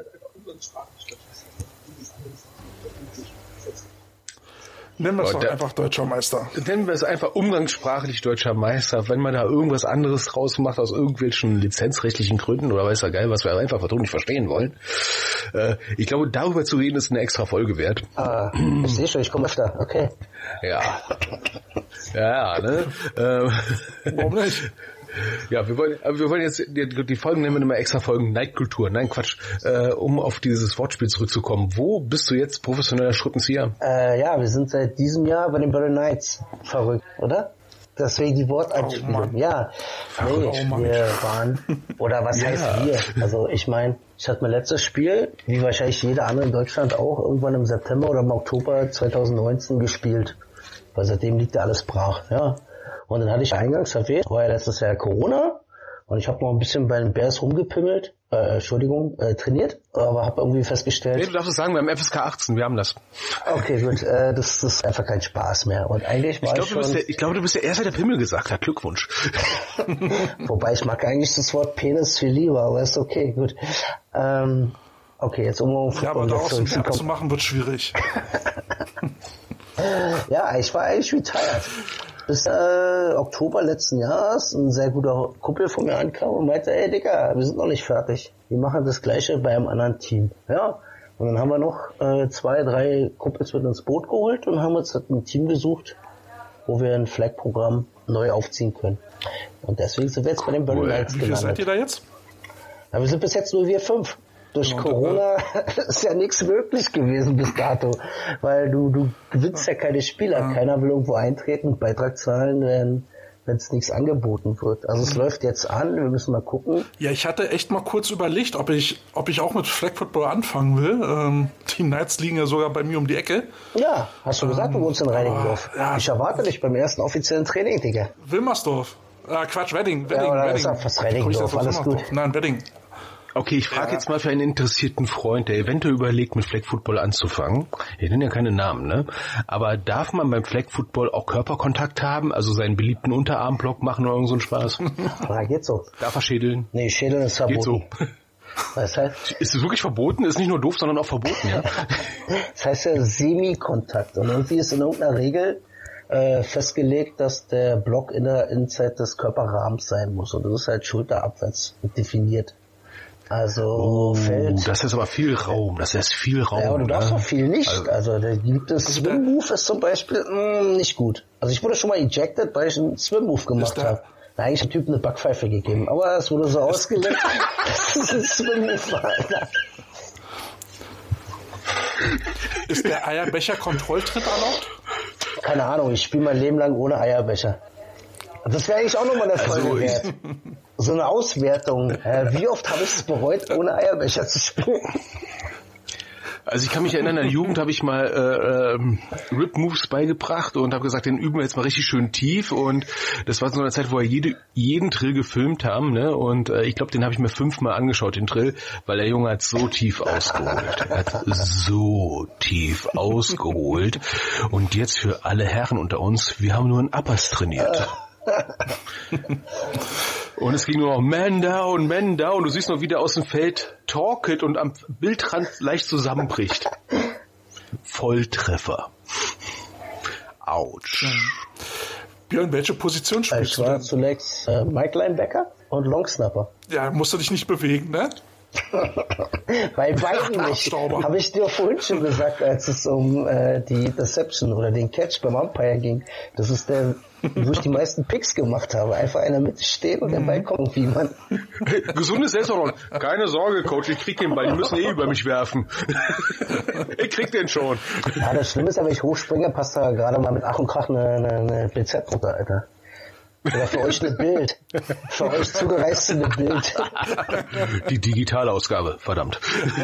Speaker 1: Nennen wir es doch einfach deutscher Meister.
Speaker 2: Nennen wir es einfach umgangssprachlich deutscher Meister. Wenn man da irgendwas anderes draus macht aus irgendwelchen lizenzrechtlichen Gründen oder weiß ja geil, was wir einfach nicht verstehen wollen. Äh, ich glaube, darüber zu reden ist eine extra Folge wert.
Speaker 3: Ah, ich sehe schon, ich komme öfter. Okay.
Speaker 2: Ja. Ja, ne? Ähm,
Speaker 1: Warum nicht?
Speaker 2: Ja, wir wollen, wir wollen jetzt, die, die Folgen nennen wir immer extra Folgen Neidkultur. Nein, Quatsch. Äh, um auf dieses Wortspiel zurückzukommen. Wo bist du jetzt professioneller Strippenzieher?
Speaker 3: Äh, ja, wir sind seit diesem Jahr bei den Berlin Knights. Verrückt, oder? Deswegen die Wortanspielung. Oh, ja, nee, oh, wir waren, oder was ja. heißt wir? Also ich meine, ich hatte mein letztes Spiel, wie wahrscheinlich jeder andere in Deutschland auch, irgendwann im September oder im Oktober zwanzig neunzehn gespielt. Weil seitdem liegt ja alles brach, ja. Und dann hatte ich eingangs erwähnt, war ja letztes Jahr Corona und ich habe noch ein bisschen bei den Bears rumgepimmelt, äh, Entschuldigung, äh, trainiert, aber habe irgendwie festgestellt...
Speaker 2: Nee, du darfst es sagen, wir haben F S K achtzehn, wir haben das.
Speaker 3: Okay, gut, äh, das, das ist einfach kein Spaß mehr. Und eigentlich war ich, glaub, ich schon...
Speaker 2: Der, ich glaube, du bist der Erste, der Pimmel gesagt hat. Glückwunsch.
Speaker 3: Wobei, ich mag eigentlich das Wort Penis viel lieber, aber ist okay, gut. Ähm, okay, jetzt um...
Speaker 1: Ja, aber daraus ein Scherz zu machen, wird schwierig.
Speaker 3: Ja, ich war eigentlich retired. Bis äh, Oktober letzten Jahres ein sehr guter Kumpel von mir ankam und meinte, ey Digga, wir sind noch nicht fertig. Wir machen das Gleiche bei einem anderen Team. Ja, und dann haben wir noch äh, zwei, drei Kumpels mit ins Boot geholt und haben uns ein Team gesucht, wo wir ein Flag-Programm neu aufziehen können. Und deswegen sind wir jetzt bei den Berlin Knights
Speaker 1: gelandet. Wie viel seid ihr da jetzt?
Speaker 3: Ja, wir sind bis jetzt nur wir fünf. Durch genau, Corona ist ja nichts möglich gewesen bis dato, weil du du gewinnst ja keine Spieler. Ja. Keiner will irgendwo eintreten, Beitrag zahlen, wenn wenn es nichts angeboten wird. Also es mhm. läuft jetzt an, wir müssen mal gucken.
Speaker 1: Ja, ich hatte echt mal kurz überlegt, ob ich ob ich auch mit Flag Football anfangen will. Ähm, Team Knights liegen ja sogar bei mir um die Ecke.
Speaker 3: Ja, hast du gesagt, ähm, du wohnst in Reinickendorf. Ja. Ich erwarte dich beim ersten offiziellen Training, Digga.
Speaker 1: Wilmersdorf. Äh, Quatsch, Wedding. Wedding,
Speaker 3: ja, oder
Speaker 1: Wedding.
Speaker 3: Ist auch fast Reinickendorf, alles gut.
Speaker 1: Nein, Wedding.
Speaker 2: Okay, ich frage ja. jetzt mal für einen interessierten Freund, der eventuell überlegt, mit Flag Football anzufangen. Ich nenne ja keine Namen, ne? Aber darf man beim Flag Football auch Körperkontakt haben, also seinen beliebten Unterarmblock machen oder irgend so einen Spaß?
Speaker 3: Ja, geht so.
Speaker 2: Darf er schädeln?
Speaker 3: Nee, schädeln ist verboten.
Speaker 2: Geht so.
Speaker 3: Was heißt?
Speaker 2: Ist es wirklich verboten? Ist nicht nur doof, sondern auch verboten, ja?
Speaker 3: Das heißt ja Semikontakt. Und irgendwie ist in irgendeiner Regel äh, festgelegt, dass der Block in der Innenzeit des Körperrahmens sein muss. Und das ist halt schulterabwärts definiert. Also
Speaker 2: oh,
Speaker 3: Feld.
Speaker 2: Das ist aber viel Raum, das ist viel Raum.
Speaker 3: Ja, aber du darfst
Speaker 2: ne?
Speaker 3: doch viel nicht. Also, also da gibt es also Swim-Move ist zum Beispiel mh, nicht gut. Also ich wurde schon mal ejected, weil ich einen Swim-Move gemacht habe. Da habe ich dem Typen eine Backpfeife gegeben. Aber es wurde so ausgelegt, dass es ein Swim-Move war.
Speaker 1: Ist der Eierbecher-Kontrolltritt erlaubt?
Speaker 3: Keine Ahnung, ich spiele mein Leben lang ohne Eierbecher. Das wäre eigentlich auch nochmal eine Folge also wert. So eine Auswertung. Äh, wie oft habe ich es bereut, ohne Eierbecher zu spielen?
Speaker 2: Also ich kann mich erinnern, in der Jugend habe ich mal äh, ähm, Rip-Moves beigebracht und habe gesagt, den üben wir jetzt mal richtig schön tief. Und das war so eine Zeit, wo wir jede, jeden Trill gefilmt haben. Ne? Und äh, ich glaube, den habe ich mir fünfmal angeschaut, den Trill, weil der Junge hat so tief ausgeholt. Er hat so tief ausgeholt. Und jetzt für alle Herren unter uns, wir haben nur einen Uppers trainiert. Und es ging nur noch Man down, Man down. Du siehst noch, wie der aus dem Feld torkelt und am Bildrand leicht zusammenbricht. Volltreffer. Autsch.
Speaker 1: Björn, welche Position spielst
Speaker 3: ich
Speaker 1: du
Speaker 3: war
Speaker 1: denn?
Speaker 3: zunächst äh, Mike Linebacker und Longsnapper.
Speaker 1: Ja, musst du dich nicht bewegen, ne?
Speaker 3: Bei beiden nicht. Habe ich dir vorhin schon gesagt, als es um äh, die Deception oder den Catch beim Umpire ging. Das ist der, wo ich die meisten Picks gemacht habe. Einfach in der Mitte stehen und der Ball kommt, wie man.
Speaker 2: Gesundes Selbstvertrauen. Keine Sorge, Coach, ich krieg den Ball. Die müssen eh über mich werfen. Ich krieg den schon.
Speaker 3: Ja, das Schlimme ist ja, wenn ich hochspringe, passt da gerade mal mit Ach und Krach eine, eine, eine B Z runter, Alter. Oder für euch eine Bild. Für euch zugereiste eine Bild.
Speaker 2: Die Digitalausgabe, verdammt.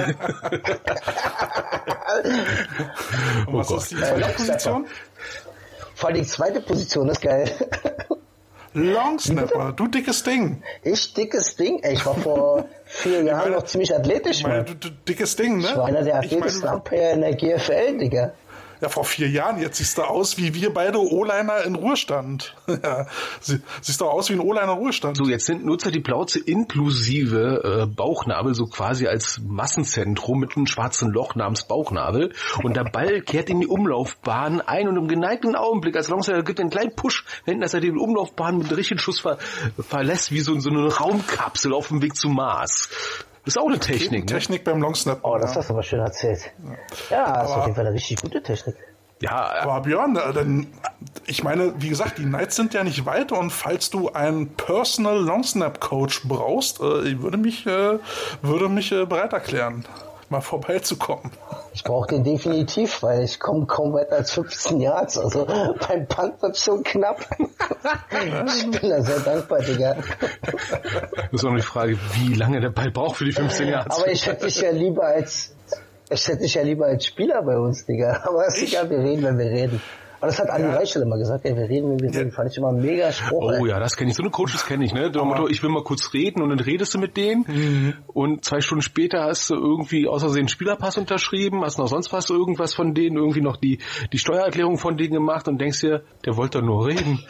Speaker 1: Und was oh ist die zweite äh, Position?
Speaker 3: Vor allem die zweite Position ist geil.
Speaker 1: Longsnapper, du dickes Ding.
Speaker 3: Ich dickes Ding? Ey, ich war vor vier Jahren meine, noch ziemlich athletisch,
Speaker 1: meine, du, du dickes Ding, ne?
Speaker 3: Ich war einer der athletischsten Umpire in der G F L, Digga.
Speaker 1: Ja, vor vier Jahren. Jetzt siehst du aus wie wir beide O-Liner in Ruhestand. Ja, sie, siehst du aus wie ein O-Liner in Ruhestand.
Speaker 2: So, jetzt sind Nutzer die Plauze inklusive äh, Bauchnabel, so quasi als Massenzentrum mit einem schwarzen Loch namens Bauchnabel. Und der Ball kehrt in die Umlaufbahn ein und im geneigten Augenblick, als Longsnapper gibt er einen kleinen Push hinten, dass er die Umlaufbahn mit einem richtigen Schuss ver verlässt, wie so, so eine Raumkapsel auf dem Weg zum Mars. Das ist auch eine Technik, ne?
Speaker 1: Technik beim Longsnap.
Speaker 3: Oh, das hast du aber schön erzählt. Ja, ja, das ist auf jeden Fall eine richtig gute Technik.
Speaker 2: Ja,
Speaker 1: aber Björn, denn, ich meine, wie gesagt, die Knights sind ja nicht weit und falls du einen Personal Longsnap Coach brauchst, äh, ich würde mich, äh, würde mich äh, bereit erklären, mal vorbeizukommen.
Speaker 3: Ich brauche den definitiv, weil ich komme kaum weiter als fünfzehn Yards. Also beim Punt wird schon knapp. Ich bin da sehr dankbar, Digga.
Speaker 2: Das ist auch noch die Frage, wie lange der Ball braucht für die fünfzehn Yards.
Speaker 3: Aber ich hätte dich ja lieber als ich hätte dich ja lieber als Spieler bei uns, Digga. Aber ist egal, wir reden, wenn wir reden. Aber das hat Andi ja. Reichel immer gesagt, ey, wir reden, wenn wir reden. Ja. Fand ich immer ein mega Spruch.
Speaker 2: Oh
Speaker 3: ey.
Speaker 2: Ja, das kenne ich. So eine Coaches kenne ich, ne? Motto, ich will mal kurz reden und dann redest du mit denen mhm. und zwei Stunden später hast du irgendwie aus Versehen einen Spielerpass unterschrieben, hast noch sonst was, irgendwas von denen, irgendwie noch die, die Steuererklärung von denen gemacht und denkst dir, der wollte doch nur reden.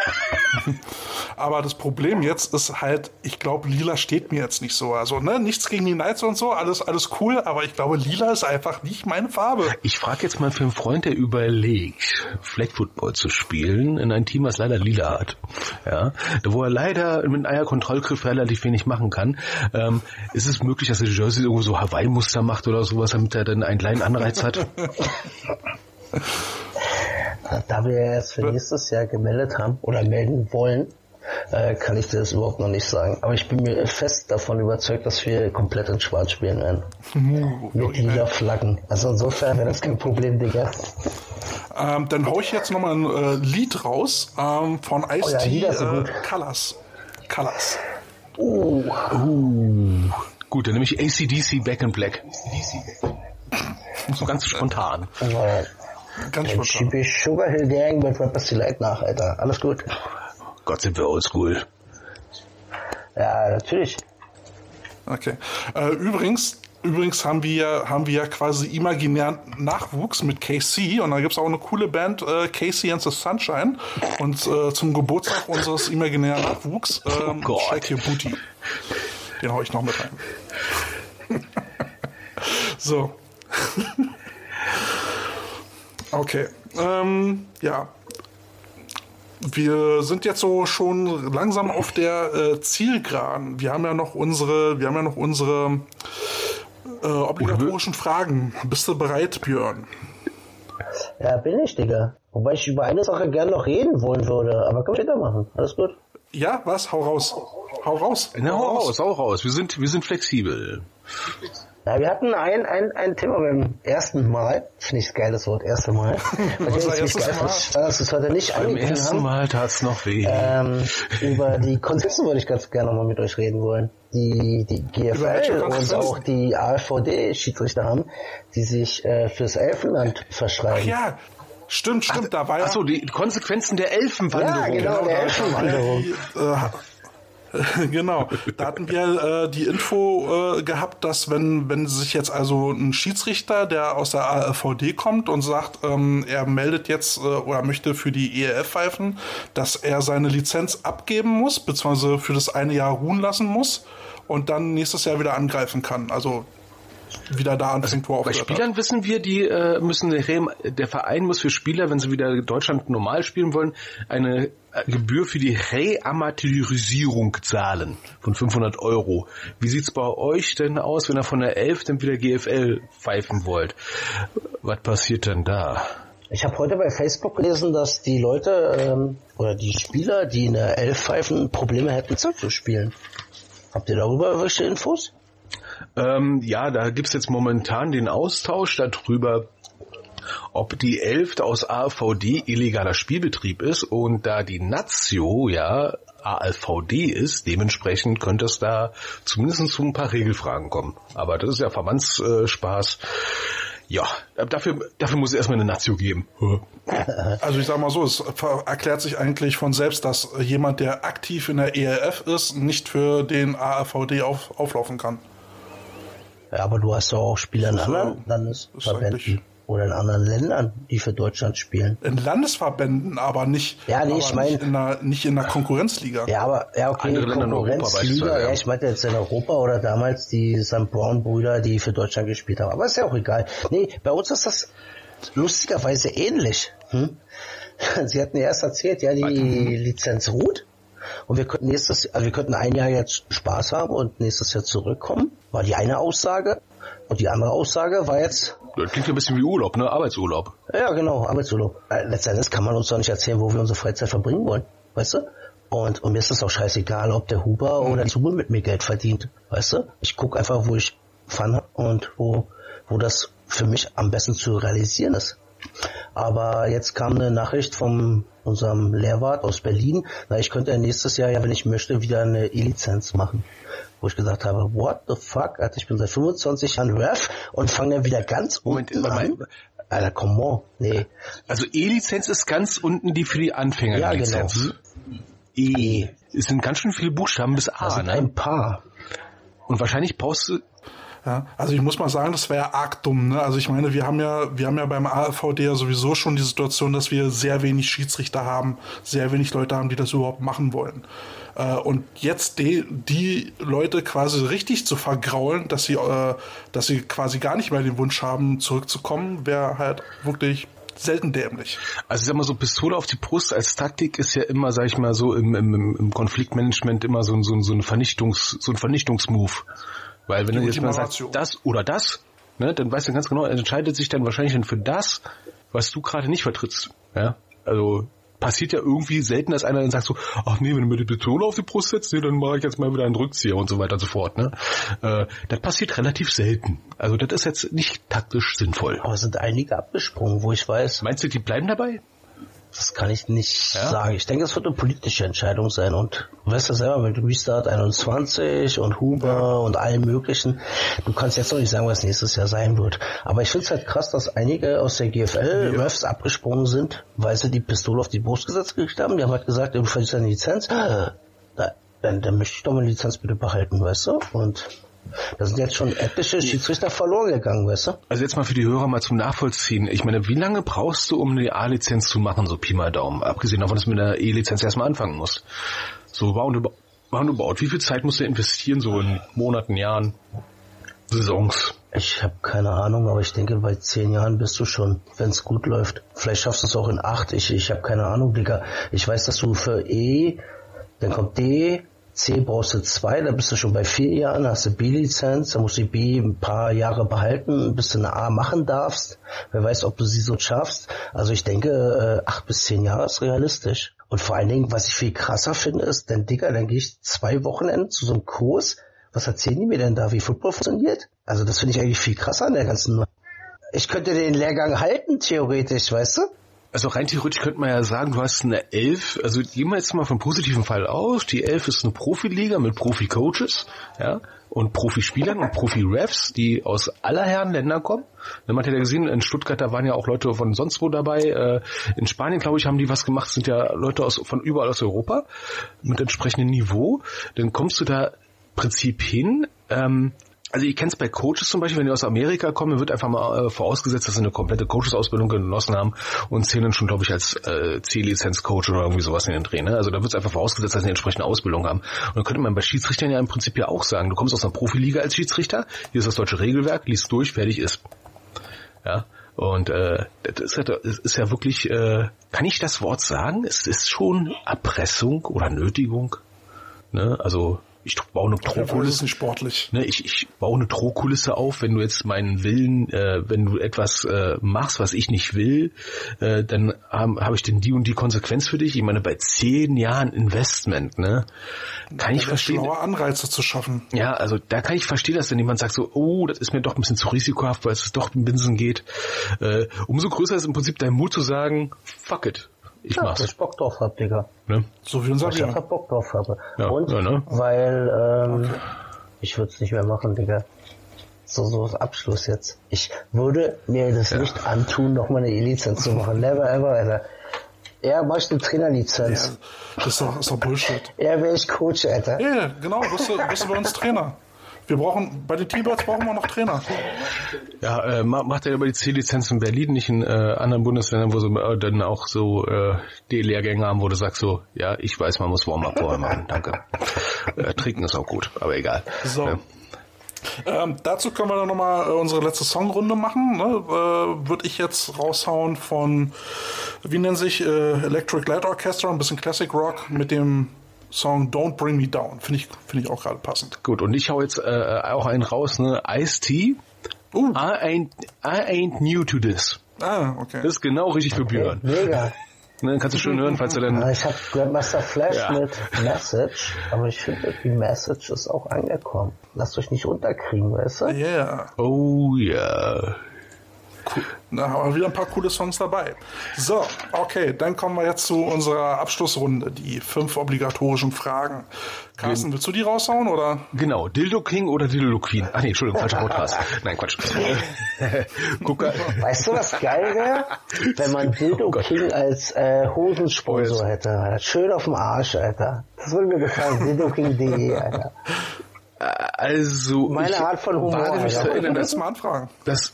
Speaker 1: Aber das Problem jetzt ist halt, ich glaube, Lila steht mir jetzt nicht so. Also, ne, nichts gegen die Knights und so, alles, alles cool, aber ich glaube, Lila ist einfach nicht meine Farbe.
Speaker 2: Ich frage jetzt mal für einen Freund, der überlegt, Flag Football zu spielen, in ein Team, was leider Lila hat. Ja, wo er leider mit einem Eierkontrollgriff relativ wenig machen kann. Ähm, ist es möglich, dass er die Jersey irgendwo so Hawaii-Muster macht oder sowas, damit er dann einen kleinen Anreiz hat?
Speaker 3: Da wir ja erst für nächstes Jahr gemeldet haben oder melden wollen, äh, kann ich dir das überhaupt noch nicht sagen. Aber ich bin mir fest davon überzeugt, dass wir komplett in Schwarz spielen werden. Uh, Mit lila Flaggen. Also insofern wäre das kein Problem, Digga.
Speaker 1: Ähm, dann hau ich jetzt nochmal ein äh, Lied raus ähm, von Ice-T, oh ja, äh, Colors. Colors.
Speaker 2: Uh. Uh. Gut, dann nehme ich A C D C Back in Black. So ganz spontan.
Speaker 3: Ja.
Speaker 1: Ganz spontan.
Speaker 3: Schieb ich Sugar Hill Gang mit Rappers Delight nach, Alter. Alles gut.
Speaker 2: Gott, sind wir oldschool.
Speaker 3: Ja, natürlich.
Speaker 1: Okay. Äh, übrigens, übrigens haben wir haben wir ja quasi imaginären Nachwuchs mit K C und da gibt es auch eine coole Band, äh, K C and the Sunshine. Und äh, zum Geburtstag unseres imaginären Nachwuchs ähm,
Speaker 2: oh
Speaker 1: Shake Your Booty. Den hau ich noch mit rein. So. Okay. Ähm, ja. Wir sind jetzt so schon langsam auf der äh, Zielgeraden. Wir haben ja noch unsere, wir haben ja noch unsere äh, obligatorischen Fragen. Bist du bereit, Björn?
Speaker 3: Ja, bin ich, Digga. Wobei ich über eine Sache gerne noch reden wollen würde, aber können wir später machen. Alles gut.
Speaker 1: Ja, was? Hau raus. Hau raus.
Speaker 2: Na, hau raus, hau raus. Wir sind, wir sind flexibel.
Speaker 3: Ja, wir hatten ein, ein, ein Thema beim ersten Mal. Finde ich das geiles Wort, erste Mal.
Speaker 1: Was war erstes Mal?
Speaker 3: Das ist heute nicht
Speaker 2: beim ersten haben. Mal tat's noch weh.
Speaker 3: Ähm, über die Konsequenzen würde ich ganz gerne nochmal mit euch reden wollen. Die, die G F L und auch die A F V D-Schiedsrichter haben, die sich äh, fürs Elfenland verschreiben.
Speaker 1: Ach ja. Stimmt, stimmt,
Speaker 2: ach,
Speaker 1: da war ja...
Speaker 2: Achso, die Konsequenzen der Elfenwanderung.
Speaker 3: Ja, genau, genau der Elfenwanderung.
Speaker 1: Ja die, äh, genau, da hatten wir äh, die Info äh, gehabt, dass wenn wenn sich jetzt also ein Schiedsrichter, der aus der A F V D kommt und sagt, ähm, er meldet jetzt äh, oder möchte für die E L F pfeifen, dass er seine Lizenz abgeben muss, beziehungsweise für das eine Jahr ruhen lassen muss und dann nächstes Jahr wieder angreifen kann. Also wieder da anfängt, wo er
Speaker 2: aufgehört hat. Bei Spielern wissen wir, die äh, müssen der Verein muss für Spieler, wenn sie wieder Deutschland normal spielen wollen, eine Gebühr für die Reamateurisierung zahlen von fünfhundert Euro. Wie sieht's bei euch denn aus, wenn ihr von der Elf dann wieder G F L pfeifen wollt? Was passiert denn da?
Speaker 3: Ich habe heute bei Facebook gelesen, dass die Leute ähm, oder die Spieler, die in der Elf pfeifen, Probleme hätten, zu spielen. Habt ihr darüber welche Infos?
Speaker 2: Ähm, ja, da gibt's jetzt momentan den Austausch darüber, ob die Elf aus A F V D illegaler Spielbetrieb ist und da die Nazio ja A F V D ist, dementsprechend könnte es da zumindest zu ein paar Regelfragen kommen. Aber das ist ja Verbandsspaß. Ja, dafür, dafür muss es erstmal eine Nazio geben.
Speaker 1: Also ich sag mal so, es erklärt sich eigentlich von selbst, dass jemand, der aktiv in der E L F ist, nicht für den A F V D auf, auflaufen kann.
Speaker 3: Ja, aber du hast doch auch Spieler in anderen Landesverbänden oder in anderen Ländern, die für Deutschland spielen.
Speaker 1: In Landesverbänden, aber nicht,
Speaker 3: ja, nee, ich mein,
Speaker 1: nicht, in der, nicht in der Konkurrenzliga.
Speaker 3: Ja, aber ja, okay,
Speaker 2: andere Länder in Europa,
Speaker 3: Konkurrenzliga, ja, ich meinte jetzt in Europa oder damals die Sankt Brown-Brüder, die für Deutschland gespielt haben. Aber ist ja auch egal. Nee, bei uns ist das lustigerweise ähnlich. Hm? Sie hatten ja erst erzählt, ja, die Lizenz ruht. Und wir könnten nächstes, also wir könnten ein Jahr jetzt Spaß haben und nächstes Jahr zurückkommen. War die eine Aussage. Und die andere Aussage war jetzt...
Speaker 2: Das klingt ein bisschen wie Urlaub, ne? Arbeitsurlaub.
Speaker 3: Ja, genau, Arbeitsurlaub. Äh, letztendlich kann man uns doch nicht erzählen, wo wir unsere Freizeit verbringen wollen. Weißt du? Und, und mir ist es auch scheißegal, ob der Huber oder die Summe mit mir Geld verdient. Weißt du? Ich gucke einfach, wo ich Fun habe und wo, wo das für mich am besten zu realisieren ist. Aber jetzt kam eine Nachricht von unserem Lehrwart aus Berlin, na, ich könnte ja nächstes Jahr, ja, wenn ich möchte, wieder eine E-Lizenz machen. Wo ich gesagt habe, what the fuck? Alter, ich bin seit fünfundzwanzig Jahren Ref und fange dann wieder ganz unten Moment, an. Alter, come on. Nee.
Speaker 2: Also E-Lizenz ist ganz unten die für die Anfänger
Speaker 3: ja,
Speaker 2: Lizenz.
Speaker 3: Genau.
Speaker 2: E. Es sind ganz schön viele Buchstaben bis A,
Speaker 3: das sind
Speaker 2: ne?
Speaker 3: ein paar.
Speaker 2: Und wahrscheinlich brauchst du...
Speaker 1: Ja, also ich muss mal sagen, das wäre ja arg dumm, ne? Also ich meine, wir haben ja, wir haben ja beim A F V D ja sowieso schon die Situation, dass wir sehr wenig Schiedsrichter haben, sehr wenig Leute haben, die das überhaupt machen wollen. Äh, und jetzt die, die Leute quasi richtig zu vergraulen, dass sie, äh, dass sie quasi gar nicht mehr den Wunsch haben, zurückzukommen, wäre halt wirklich selten dämlich.
Speaker 2: Also ich sag mal so, Pistole auf die Brust als Taktik ist ja immer, sag ich mal so, im, im, im Konfliktmanagement immer so, so, so ein Vernichtungs, so ein Vernichtungsmove. Weil wenn du jetzt mal sagst, das oder das, ne, dann weißt du ganz genau, er entscheidet sich dann wahrscheinlich dann für das, was du gerade nicht vertrittst. Ja, also passiert ja irgendwie selten, dass einer dann sagt so, ach nee, wenn du mir die Pistole auf die Brust setzt, nee, dann mache ich jetzt mal wieder einen Rückzieher und so weiter und so fort. Ne? Äh, das passiert relativ selten. Also das ist jetzt nicht taktisch sinnvoll.
Speaker 3: Aber es sind einige abgesprungen, wo ich weiß.
Speaker 2: Meinst du, die bleiben dabei?
Speaker 3: Das kann ich nicht
Speaker 2: ja?
Speaker 3: sagen. Ich denke, es wird eine politische Entscheidung sein. Und du weißt ja selber mit Restart einundzwanzig und Huber ja. und allem Möglichen. Du kannst jetzt noch nicht sagen, was nächstes Jahr sein wird. Aber ich finde es halt krass, dass einige aus der G F L-Refs ja. abgesprungen sind, weil sie die Pistole auf die Brust gesetzt gekriegt haben. Die haben halt gesagt, du verlierst deine Lizenz. Da, dann, dann möchte ich doch meine Lizenz bitte behalten, weißt du? Und da sind jetzt schon etliche Schiedsrichter verloren gegangen, weißt du?
Speaker 2: Also jetzt mal für die Hörer mal zum Nachvollziehen. Ich meine, wie lange brauchst du, um eine A-Lizenz zu machen, so Pi mal Daumen? Abgesehen davon, dass du mit einer E-Lizenz erstmal anfangen musst. So roundabout. Wie viel Zeit musst du investieren, so in Monaten, Jahren, Saisons?
Speaker 3: Ich habe keine Ahnung, aber ich denke, bei zehn Jahren bist du schon, wenn es gut läuft. Vielleicht schaffst du es auch in acht. Ich, ich habe keine Ahnung, Digga. Ich weiß, dass du für E, dann kommt D, C brauchst du zwei, da bist du schon bei vier Jahren, hast du B-Lizenz, da musst du die B ein paar Jahre behalten, bis du eine A machen darfst. Wer weiß, ob du sie so schaffst. Also ich denke, äh, acht bis zehn Jahre ist realistisch. Und vor allen Dingen, was ich viel krasser finde, ist, denn Digga, dann gehe ich zwei Wochenenden zu so einem Kurs. Was erzählen die mir denn da, wie Football funktioniert? Also das finde ich eigentlich viel krasser an der ganzen... Ich könnte den Lehrgang halten, theoretisch, weißt du?
Speaker 2: Also rein theoretisch könnte man ja sagen, du hast eine Elf, also gehen wir jetzt mal vom positiven Fall aus, die Elf ist eine Profiliga mit Profi-Coaches, ja, und Profispielern und Profi-Refs, die aus aller Herren Länder kommen. Man hat ja gesehen, in Stuttgart, da waren ja auch Leute von sonst wo dabei, in Spanien, glaube ich, haben die was gemacht, sind ja Leute aus von überall aus Europa mit entsprechendem Niveau. Dann kommst du da im Prinzip hin, ähm, also ich kenne es bei Coaches zum Beispiel, wenn die aus Amerika kommen, wird einfach mal äh, vorausgesetzt, dass sie eine komplette Coaches-Ausbildung genossen haben und zählen dann schon, glaube ich, als äh, C-Lizenz-Coach oder irgendwie sowas in den Dreh. Ne? Also da wird es einfach vorausgesetzt, dass sie eine entsprechende Ausbildung haben. Und dann könnte man bei Schiedsrichtern ja im Prinzip ja auch sagen, du kommst aus einer Profiliga als Schiedsrichter, hier ist das deutsche Regelwerk, liest durch, fertig ist. Ja, und äh, das ist ja, das ist ja wirklich, äh, kann ich das Wort sagen? Es ist schon Erpressung oder Nötigung. Ne? Also ich baue eine Drohkulisse.
Speaker 1: Nicht sportlich.
Speaker 2: Ne, ich, ich baue eine Drohkulisse auf, wenn du jetzt meinen Willen, äh, wenn du etwas äh, machst, was ich nicht will, äh, dann habe hab ich denn die und die Konsequenz für dich. Ich meine, bei zehn Jahren Investment, ne, kann ich verstehen.
Speaker 1: Schlaue Anreize zu schaffen.
Speaker 2: Ja, also da kann ich verstehen, dass dann jemand sagt so, oh, das ist mir doch ein bisschen zu risikohaft, weil es doch im Binsen geht. Äh, umso größer ist im Prinzip dein Mut zu sagen, fuck it. Ich
Speaker 3: ja,
Speaker 2: mach's.
Speaker 3: weil ich Bock drauf hab, Digga.
Speaker 2: Ne?
Speaker 1: So wie unser
Speaker 3: Weil ich einfach Bock drauf habe.
Speaker 2: Ja,
Speaker 3: und
Speaker 2: ja, ne?
Speaker 3: weil ähm,
Speaker 1: okay.
Speaker 3: ich würde es nicht mehr machen, Digga. So, so ist Abschluss jetzt. Ich würde mir das ja. nicht antun, nochmal eine E-Lizenz zu machen. Never ever, Alter. Ja, mach ich eine Trainerlizenz.
Speaker 1: Ja, das ist doch, ist doch Bullshit.
Speaker 3: Ja, wäre ich Coach, Alter.
Speaker 1: Ja, genau, bist du, bist du bei uns Trainer. Wir brauchen, bei den T-Birds brauchen wir noch Trainer.
Speaker 2: Ja, äh, macht er aber die C-Lizenz in Berlin, nicht in äh, anderen Bundesländern, wo sie äh, dann auch so äh, D-Lehrgänge haben, wo du sagst so, ja, ich weiß, man muss Warm-up vorher machen, danke. Äh, trinken ist auch gut, aber egal.
Speaker 1: So.
Speaker 2: Ja.
Speaker 1: Ähm, dazu können wir dann nochmal äh, unsere letzte Songrunde machen. Ne? Äh, Würde ich jetzt raushauen von, wie nennt sich, äh, Electric Light Orchestra, ein bisschen Classic Rock mit dem Song Don't Bring Me Down. Finde ich, finde ich auch gerade passend.
Speaker 2: Gut, und ich hau jetzt äh, auch einen raus, ne? Ice-T. Uh. I ain't, I ain't new to this.
Speaker 1: Ah, okay.
Speaker 2: Das ist genau richtig
Speaker 3: okay,
Speaker 2: für Björn.
Speaker 3: Mega.
Speaker 2: Ne, kannst du schön hören, falls du dann...
Speaker 3: Ich habe Grandmaster Flash
Speaker 2: ja.
Speaker 3: mit Message, aber ich finde, die Message ist auch angekommen. Lasst euch nicht unterkriegen, weißt du?
Speaker 1: Ja. Yeah.
Speaker 2: Oh ja. Yeah.
Speaker 1: Cool. Da haben wir wieder ein paar coole Songs dabei. So, okay, dann kommen wir jetzt zu unserer Abschlussrunde, die fünf obligatorischen Fragen. Carsten, willst du die raushauen, oder?
Speaker 2: Genau, Dildo King oder Dildo Queen? Ach nee, Entschuldigung, falscher Podcast. Nein, Quatsch. Guck,
Speaker 3: weißt du, was geil wäre? Wenn man Dildo oh King als äh, Hosensponsor oh, hätte. Schön auf dem Arsch, Alter. Das würde mir gefallen, dildo king punkt de, Alter.
Speaker 2: Also,
Speaker 3: meine Art von Humor.
Speaker 2: Warte mich zu erinnern,
Speaker 1: dass mal anfragen.
Speaker 2: Das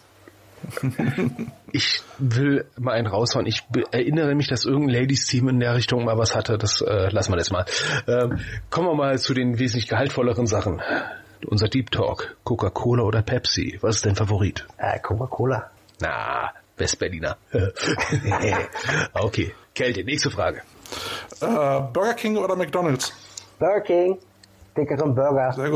Speaker 2: ich will mal einen raushauen. Ich erinnere mich, dass irgendein Ladies-Team in der Richtung mal was hatte. Das äh, lassen wir jetzt mal. Ähm, kommen wir mal zu den wesentlich gehaltvolleren Sachen. Unser Deep Talk. Coca-Cola oder Pepsi? Was ist dein Favorit?
Speaker 3: Äh, Coca-Cola.
Speaker 2: Na, Westberliner. Okay. Kälte, nächste Frage.
Speaker 1: Äh, Burger King oder McDonald's?
Speaker 3: Burger King. Dickeren Burger.
Speaker 1: Sehr gut.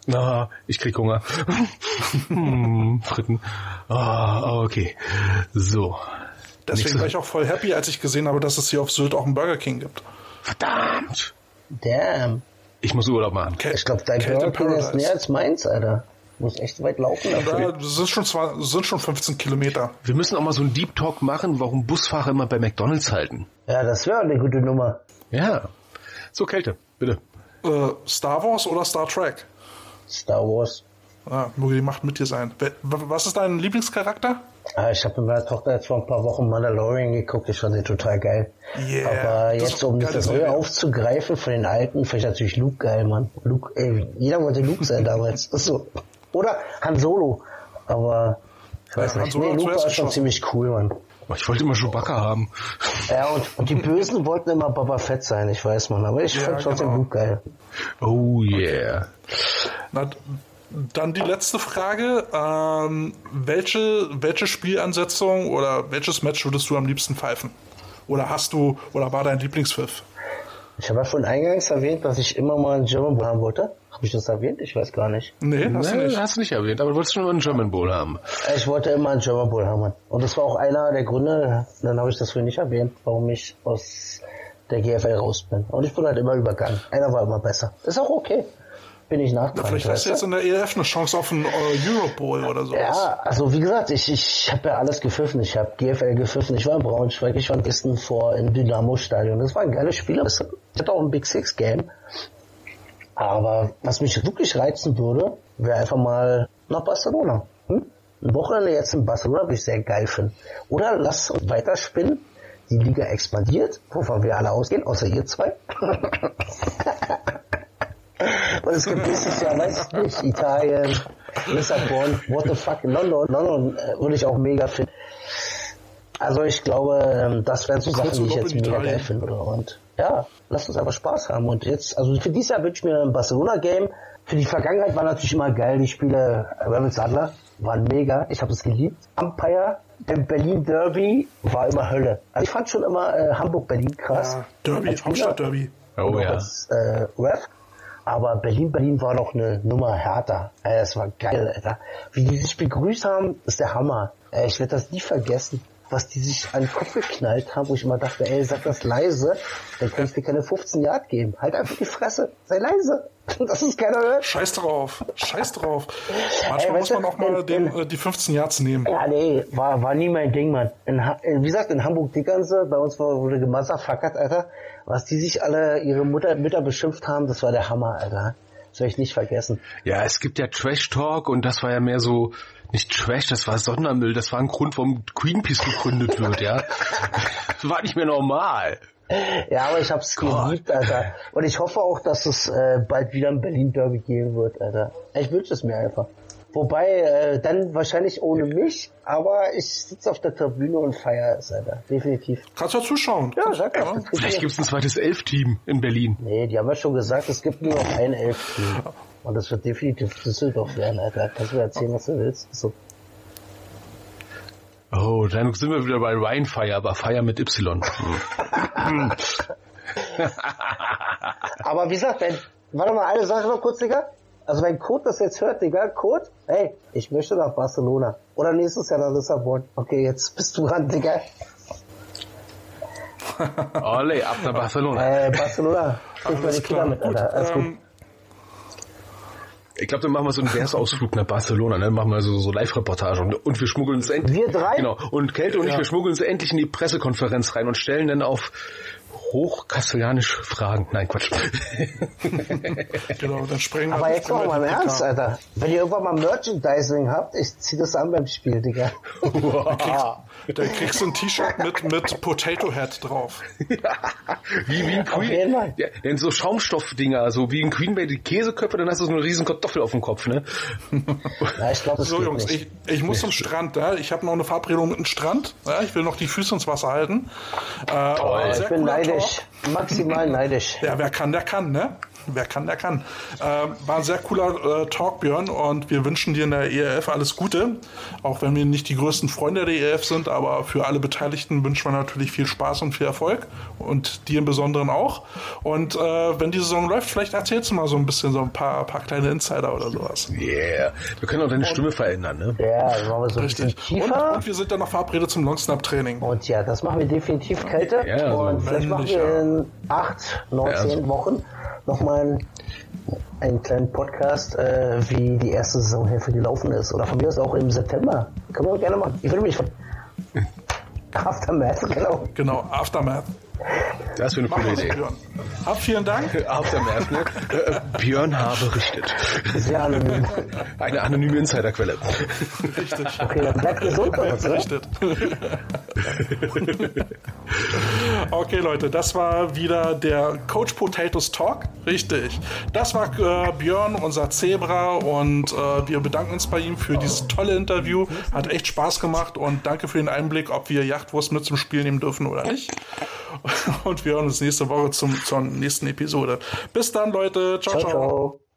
Speaker 2: Na, ich krieg Hunger. hm, Fritten. Ah, okay. So.
Speaker 1: Deswegen
Speaker 2: Nächste.
Speaker 1: war ich auch voll happy, als ich gesehen habe, dass es hier auf Sylt auch einen Burger King gibt.
Speaker 2: Verdammt.
Speaker 3: Damn.
Speaker 2: Ich muss Urlaub machen.
Speaker 3: Ich glaube, dein
Speaker 1: Kate
Speaker 3: Burger
Speaker 1: in
Speaker 3: King ist
Speaker 1: Paradise.
Speaker 3: näher als meins, Alter. Muss echt weit laufen dafür.
Speaker 1: Ja, das sind schon, zwar, das sind schon fünfzehn Kilometer.
Speaker 2: Wir müssen auch mal so einen Deep Talk machen, warum Busfahrer immer bei McDonald's halten.
Speaker 3: Ja, das wäre eine gute Nummer.
Speaker 2: Ja. So, Kälte, bitte.
Speaker 1: Äh, Star Wars oder Star Trek?
Speaker 3: Star Wars.
Speaker 1: Ah, möge die Macht mit dir sein. Wer- Was ist dein Lieblingscharakter?
Speaker 3: Ah, ich habe mit meiner Tochter jetzt vor ein paar Wochen Mandalorian geguckt. Ich fand den total geil.
Speaker 1: Yeah,
Speaker 3: Aber
Speaker 1: das
Speaker 3: jetzt,
Speaker 1: ist
Speaker 3: um
Speaker 1: eine
Speaker 3: das
Speaker 1: geile
Speaker 3: Neue
Speaker 1: Serie.
Speaker 3: aufzugreifen von den Alten, finde ich natürlich Luke geil, Mann. Luke, ey, jeder wollte Luke sein damals. Ist so. Oder Han Solo. Aber ich weiß
Speaker 1: Ja, Han
Speaker 3: nicht.
Speaker 1: Solo
Speaker 3: Nee,
Speaker 1: hat
Speaker 3: Luke
Speaker 1: zuerst
Speaker 3: war schon
Speaker 1: geschossen.
Speaker 3: ziemlich cool, Mann.
Speaker 2: Ich wollte immer Chewbacca haben.
Speaker 3: Ja, und, und die Bösen wollten immer Boba Fett sein, ich weiß, Mann. Aber ich
Speaker 1: Ja,
Speaker 3: fand trotzdem
Speaker 1: genau.
Speaker 3: Luke geil.
Speaker 2: Oh yeah.
Speaker 1: Na, d- dann die letzte Frage. Ähm, welche, welche Spielansetzung oder welches Match würdest du am liebsten pfeifen? Oder hast du, oder war dein Lieblingspfiff?
Speaker 3: Ich habe ja schon eingangs erwähnt, dass ich immer mal einen German Bull haben wollte. Habe ich das erwähnt? Ich weiß gar nicht.
Speaker 1: Nee, hast du
Speaker 2: Nee,
Speaker 1: nicht.
Speaker 2: hast du nicht erwähnt, aber du wolltest schon mal einen German Bowl haben.
Speaker 3: Ich wollte immer einen German Bull haben. Mann. Und das war auch einer der Gründe, dann habe ich das vorhin nicht erwähnt, warum ich aus der G F L raus bin. Und ich bin halt immer übergangen. Einer war immer besser. Ist auch okay. Bin ich nachtragend.
Speaker 1: Vielleicht hast du jetzt in der E L F eine Chance auf einen äh, Europe Bowl oder sowas.
Speaker 3: Ja, also wie gesagt, ich, ich habe ja alles gepfiffen. Ich habe G F L gepfiffen. Ich war in Braunschweig, ich war in Gießen vor im Dynamo-Stadion. Das war ein geiles Spiel. Ich hatte auch ein Big Six-Game. Aber was mich wirklich reizen würde, wäre einfach mal nach Barcelona. Hm? Ein Wochenende jetzt in Barcelona würde ich sehr geil finden. Oder lass uns weiterspinnen. Die Liga expandiert, wovon wir alle ausgehen, außer ihr zwei. Und es gibt nächstes Jahr, weiß ich nicht, Italien, Lissabon, what the fuck, London, London äh, würde ich auch mega finden. Also ich glaube, ähm, das wären so Sachen, die ich jetzt
Speaker 1: in
Speaker 3: mega
Speaker 1: Italien.
Speaker 3: geil finde. Und ja, lasst uns einfach Spaß haben. Und jetzt, also für dieses Jahr wünsche ich mir ein Barcelona-Game. Für die Vergangenheit war natürlich immer geil, die Spiele Ravens Adler waren mega. Ich habe es geliebt. Umpire, der Berlin Derby war immer Hölle. Also ich fand schon immer äh, Hamburg-Berlin krass.
Speaker 1: Ja, Derby,
Speaker 3: Als Spieler.
Speaker 1: Hauptstadt-Derby.
Speaker 2: Oh
Speaker 3: Noch
Speaker 2: ja.
Speaker 3: als äh, Ref. Aber Berlin-Berlin war noch eine Nummer härter. Äh, das war geil, Alter. Wie die sich begrüßt haben, ist der Hammer. Äh, ich werde das nie vergessen, was die sich an den Kopf geknallt haben, wo ich immer dachte, ey, sag das leise, dann kannst du dir keine fünfzehn Yard geben. Halt einfach die Fresse, sei leise. Dass es keiner hört.
Speaker 1: Scheiß drauf, scheiß drauf. Manchmal
Speaker 3: Ey,
Speaker 1: muss
Speaker 3: weißt
Speaker 1: man
Speaker 3: du,
Speaker 1: auch mal
Speaker 3: in-
Speaker 1: den,
Speaker 3: in-
Speaker 1: äh, die fünfzehn Yards nehmen.
Speaker 3: Ja, nee, war, war nie mein Ding, Mann. In, Ha- in, wie gesagt, in Hamburg-Dickernse, bei uns war- wurde gemotherfuckert, Alter. Was die sich alle, ihre Mutter, Mütter beschimpft haben, das war der Hammer, Alter. Das werde ich nicht vergessen.
Speaker 2: Ja, es gibt ja Trash Talk und das war ja mehr so, nicht Trash, das war Sondermüll, das war ein Grund, warum Greenpeace gegründet wird, ja. Das war nicht mehr normal.
Speaker 3: Ja, aber ich hab's
Speaker 2: Gott.
Speaker 3: geliebt, Alter. Und ich hoffe auch, dass es äh, bald wieder ein Berlin-Derby geben wird, Alter. Ich wünsche es mir einfach. Wobei, äh, dann wahrscheinlich ohne mich, aber ich sitze auf der Tribüne und feiere es, Alter. Definitiv.
Speaker 1: Kannst du ja zuschauen.
Speaker 3: Ja,
Speaker 1: Kannst-
Speaker 3: sag
Speaker 1: ja.
Speaker 3: das.
Speaker 2: Vielleicht gibt's ein zweites Elf-Team in Berlin.
Speaker 3: Nee, die haben ja schon gesagt, es gibt nur noch ein Elf-Team. Und das wird definitiv Düsseldorf werden, Alter. Kannst du mir erzählen, was du willst? So.
Speaker 2: Oh, dann sind wir wieder bei Ryan Fire, aber Fire mit Y. Hm.
Speaker 3: Aber wie gesagt, wenn, warte mal, eine Sache noch kurz, Digga. Also wenn Kurt das jetzt hört, Digga, Kurt, hey, ich möchte nach Barcelona. Oder nächstes Jahr nach Lissabon. Okay, jetzt bist du dran, Digga.
Speaker 2: Ole, ab nach Barcelona.
Speaker 3: Äh, Barcelona. Ich meine
Speaker 1: Alles
Speaker 3: Kinder
Speaker 1: klar.
Speaker 3: mit,
Speaker 1: Gut,
Speaker 3: Alter. Alles gut.
Speaker 1: ähm,
Speaker 2: Ich glaube, dann machen wir so einen Versausflug nach Barcelona, ne? Machen wir so, so Live-Reportage und, und wir schmuggeln uns endlich.
Speaker 3: Wir drei?
Speaker 2: Genau. Und Kälte und ich,
Speaker 1: Ja.
Speaker 2: wir schmuggeln uns endlich in die Pressekonferenz rein und stellen dann auf hochkastilianisch Fragen. Nein, Quatsch.
Speaker 1: genau, dann springen wir.
Speaker 3: Aber jetzt
Speaker 1: springen
Speaker 3: mal
Speaker 1: wir
Speaker 3: mal im
Speaker 1: die
Speaker 3: Ernst,
Speaker 1: P K.
Speaker 3: Alter. Wenn ihr irgendwann mal Merchandising habt, ich zieh das an beim Spiel, Digga.
Speaker 1: Dann kriegst du ein T-Shirt mit, mit Potato Head drauf.
Speaker 2: wie, wie ein
Speaker 3: Auf jeden Fall.
Speaker 2: Queen. Ja, denn so Schaumstoffdinger, so wie ein Queen bei die Käseköpfe, dann hast du so eine riesen Kartoffel auf dem Kopf, ne?
Speaker 3: Ja, ich glaube, das
Speaker 1: So
Speaker 3: geht
Speaker 1: Jungs,
Speaker 3: nicht.
Speaker 1: ich, ich muss zum Strand. Ja? Ich habe noch eine Verabredung mit dem Strand. Ja? Ich will noch die Füße ins Wasser halten. Äh,
Speaker 2: Toll.
Speaker 1: sehr
Speaker 3: Ich bin
Speaker 1: cooler
Speaker 3: neidisch.
Speaker 1: Talk.
Speaker 3: Maximal neidisch.
Speaker 1: Ja, wer kann, der kann, ne? wer kann, der kann. Äh, war ein sehr cooler äh, Talk, Björn, und wir wünschen dir in der E R F alles Gute. Auch wenn wir nicht die größten Freunde der E R F sind, aber für alle Beteiligten wünschen wir natürlich viel Spaß und viel Erfolg. Und dir im Besonderen auch. Und äh, wenn die Saison läuft, vielleicht erzählst du mal so ein bisschen so ein paar, paar kleine Insider oder sowas.
Speaker 2: Yeah. Wir können auch deine und, Stimme verändern, ne?
Speaker 3: Ja, das machen wir so
Speaker 1: richtig.
Speaker 3: ein bisschen tiefer.
Speaker 1: Und, und wir sind dann noch verabredet zum Longsnap-Training.
Speaker 3: Und ja, das machen wir definitiv, Kälte.
Speaker 2: Ja, also
Speaker 3: und vielleicht machen wir in acht, neunzehn ja, also. Wochen nochmal einen, einen kleinen Podcast, äh, wie die erste Saisonhälfte gelaufen ist. Oder von mir aus auch im September. Können wir gerne machen. Ich würde mich von Aftermath, genau.
Speaker 1: Genau, Aftermath.
Speaker 2: Das ist eine coole Idee.
Speaker 1: Björn. Hab vielen Dank.
Speaker 2: Aftermath, ne? Björn H. berichtet.
Speaker 3: Sehr anonym.
Speaker 2: Eine anonyme Insiderquelle.
Speaker 1: Richtig.
Speaker 3: Okay, dann bleibt gesund.
Speaker 1: Berichtet. Okay, Leute, das war wieder der Coach Potatoes Talk. Richtig. Das war äh, Björn, unser Zebra, und äh, wir bedanken uns bei ihm für dieses tolle Interview. Hat echt Spaß gemacht und danke für den Einblick, ob wir Yachtwurst mit zum Spiel nehmen dürfen oder nicht. Und wir hören uns nächste Woche zum, zur nächsten Episode. Bis dann, Leute. Ciao, ciao. ciao. ciao.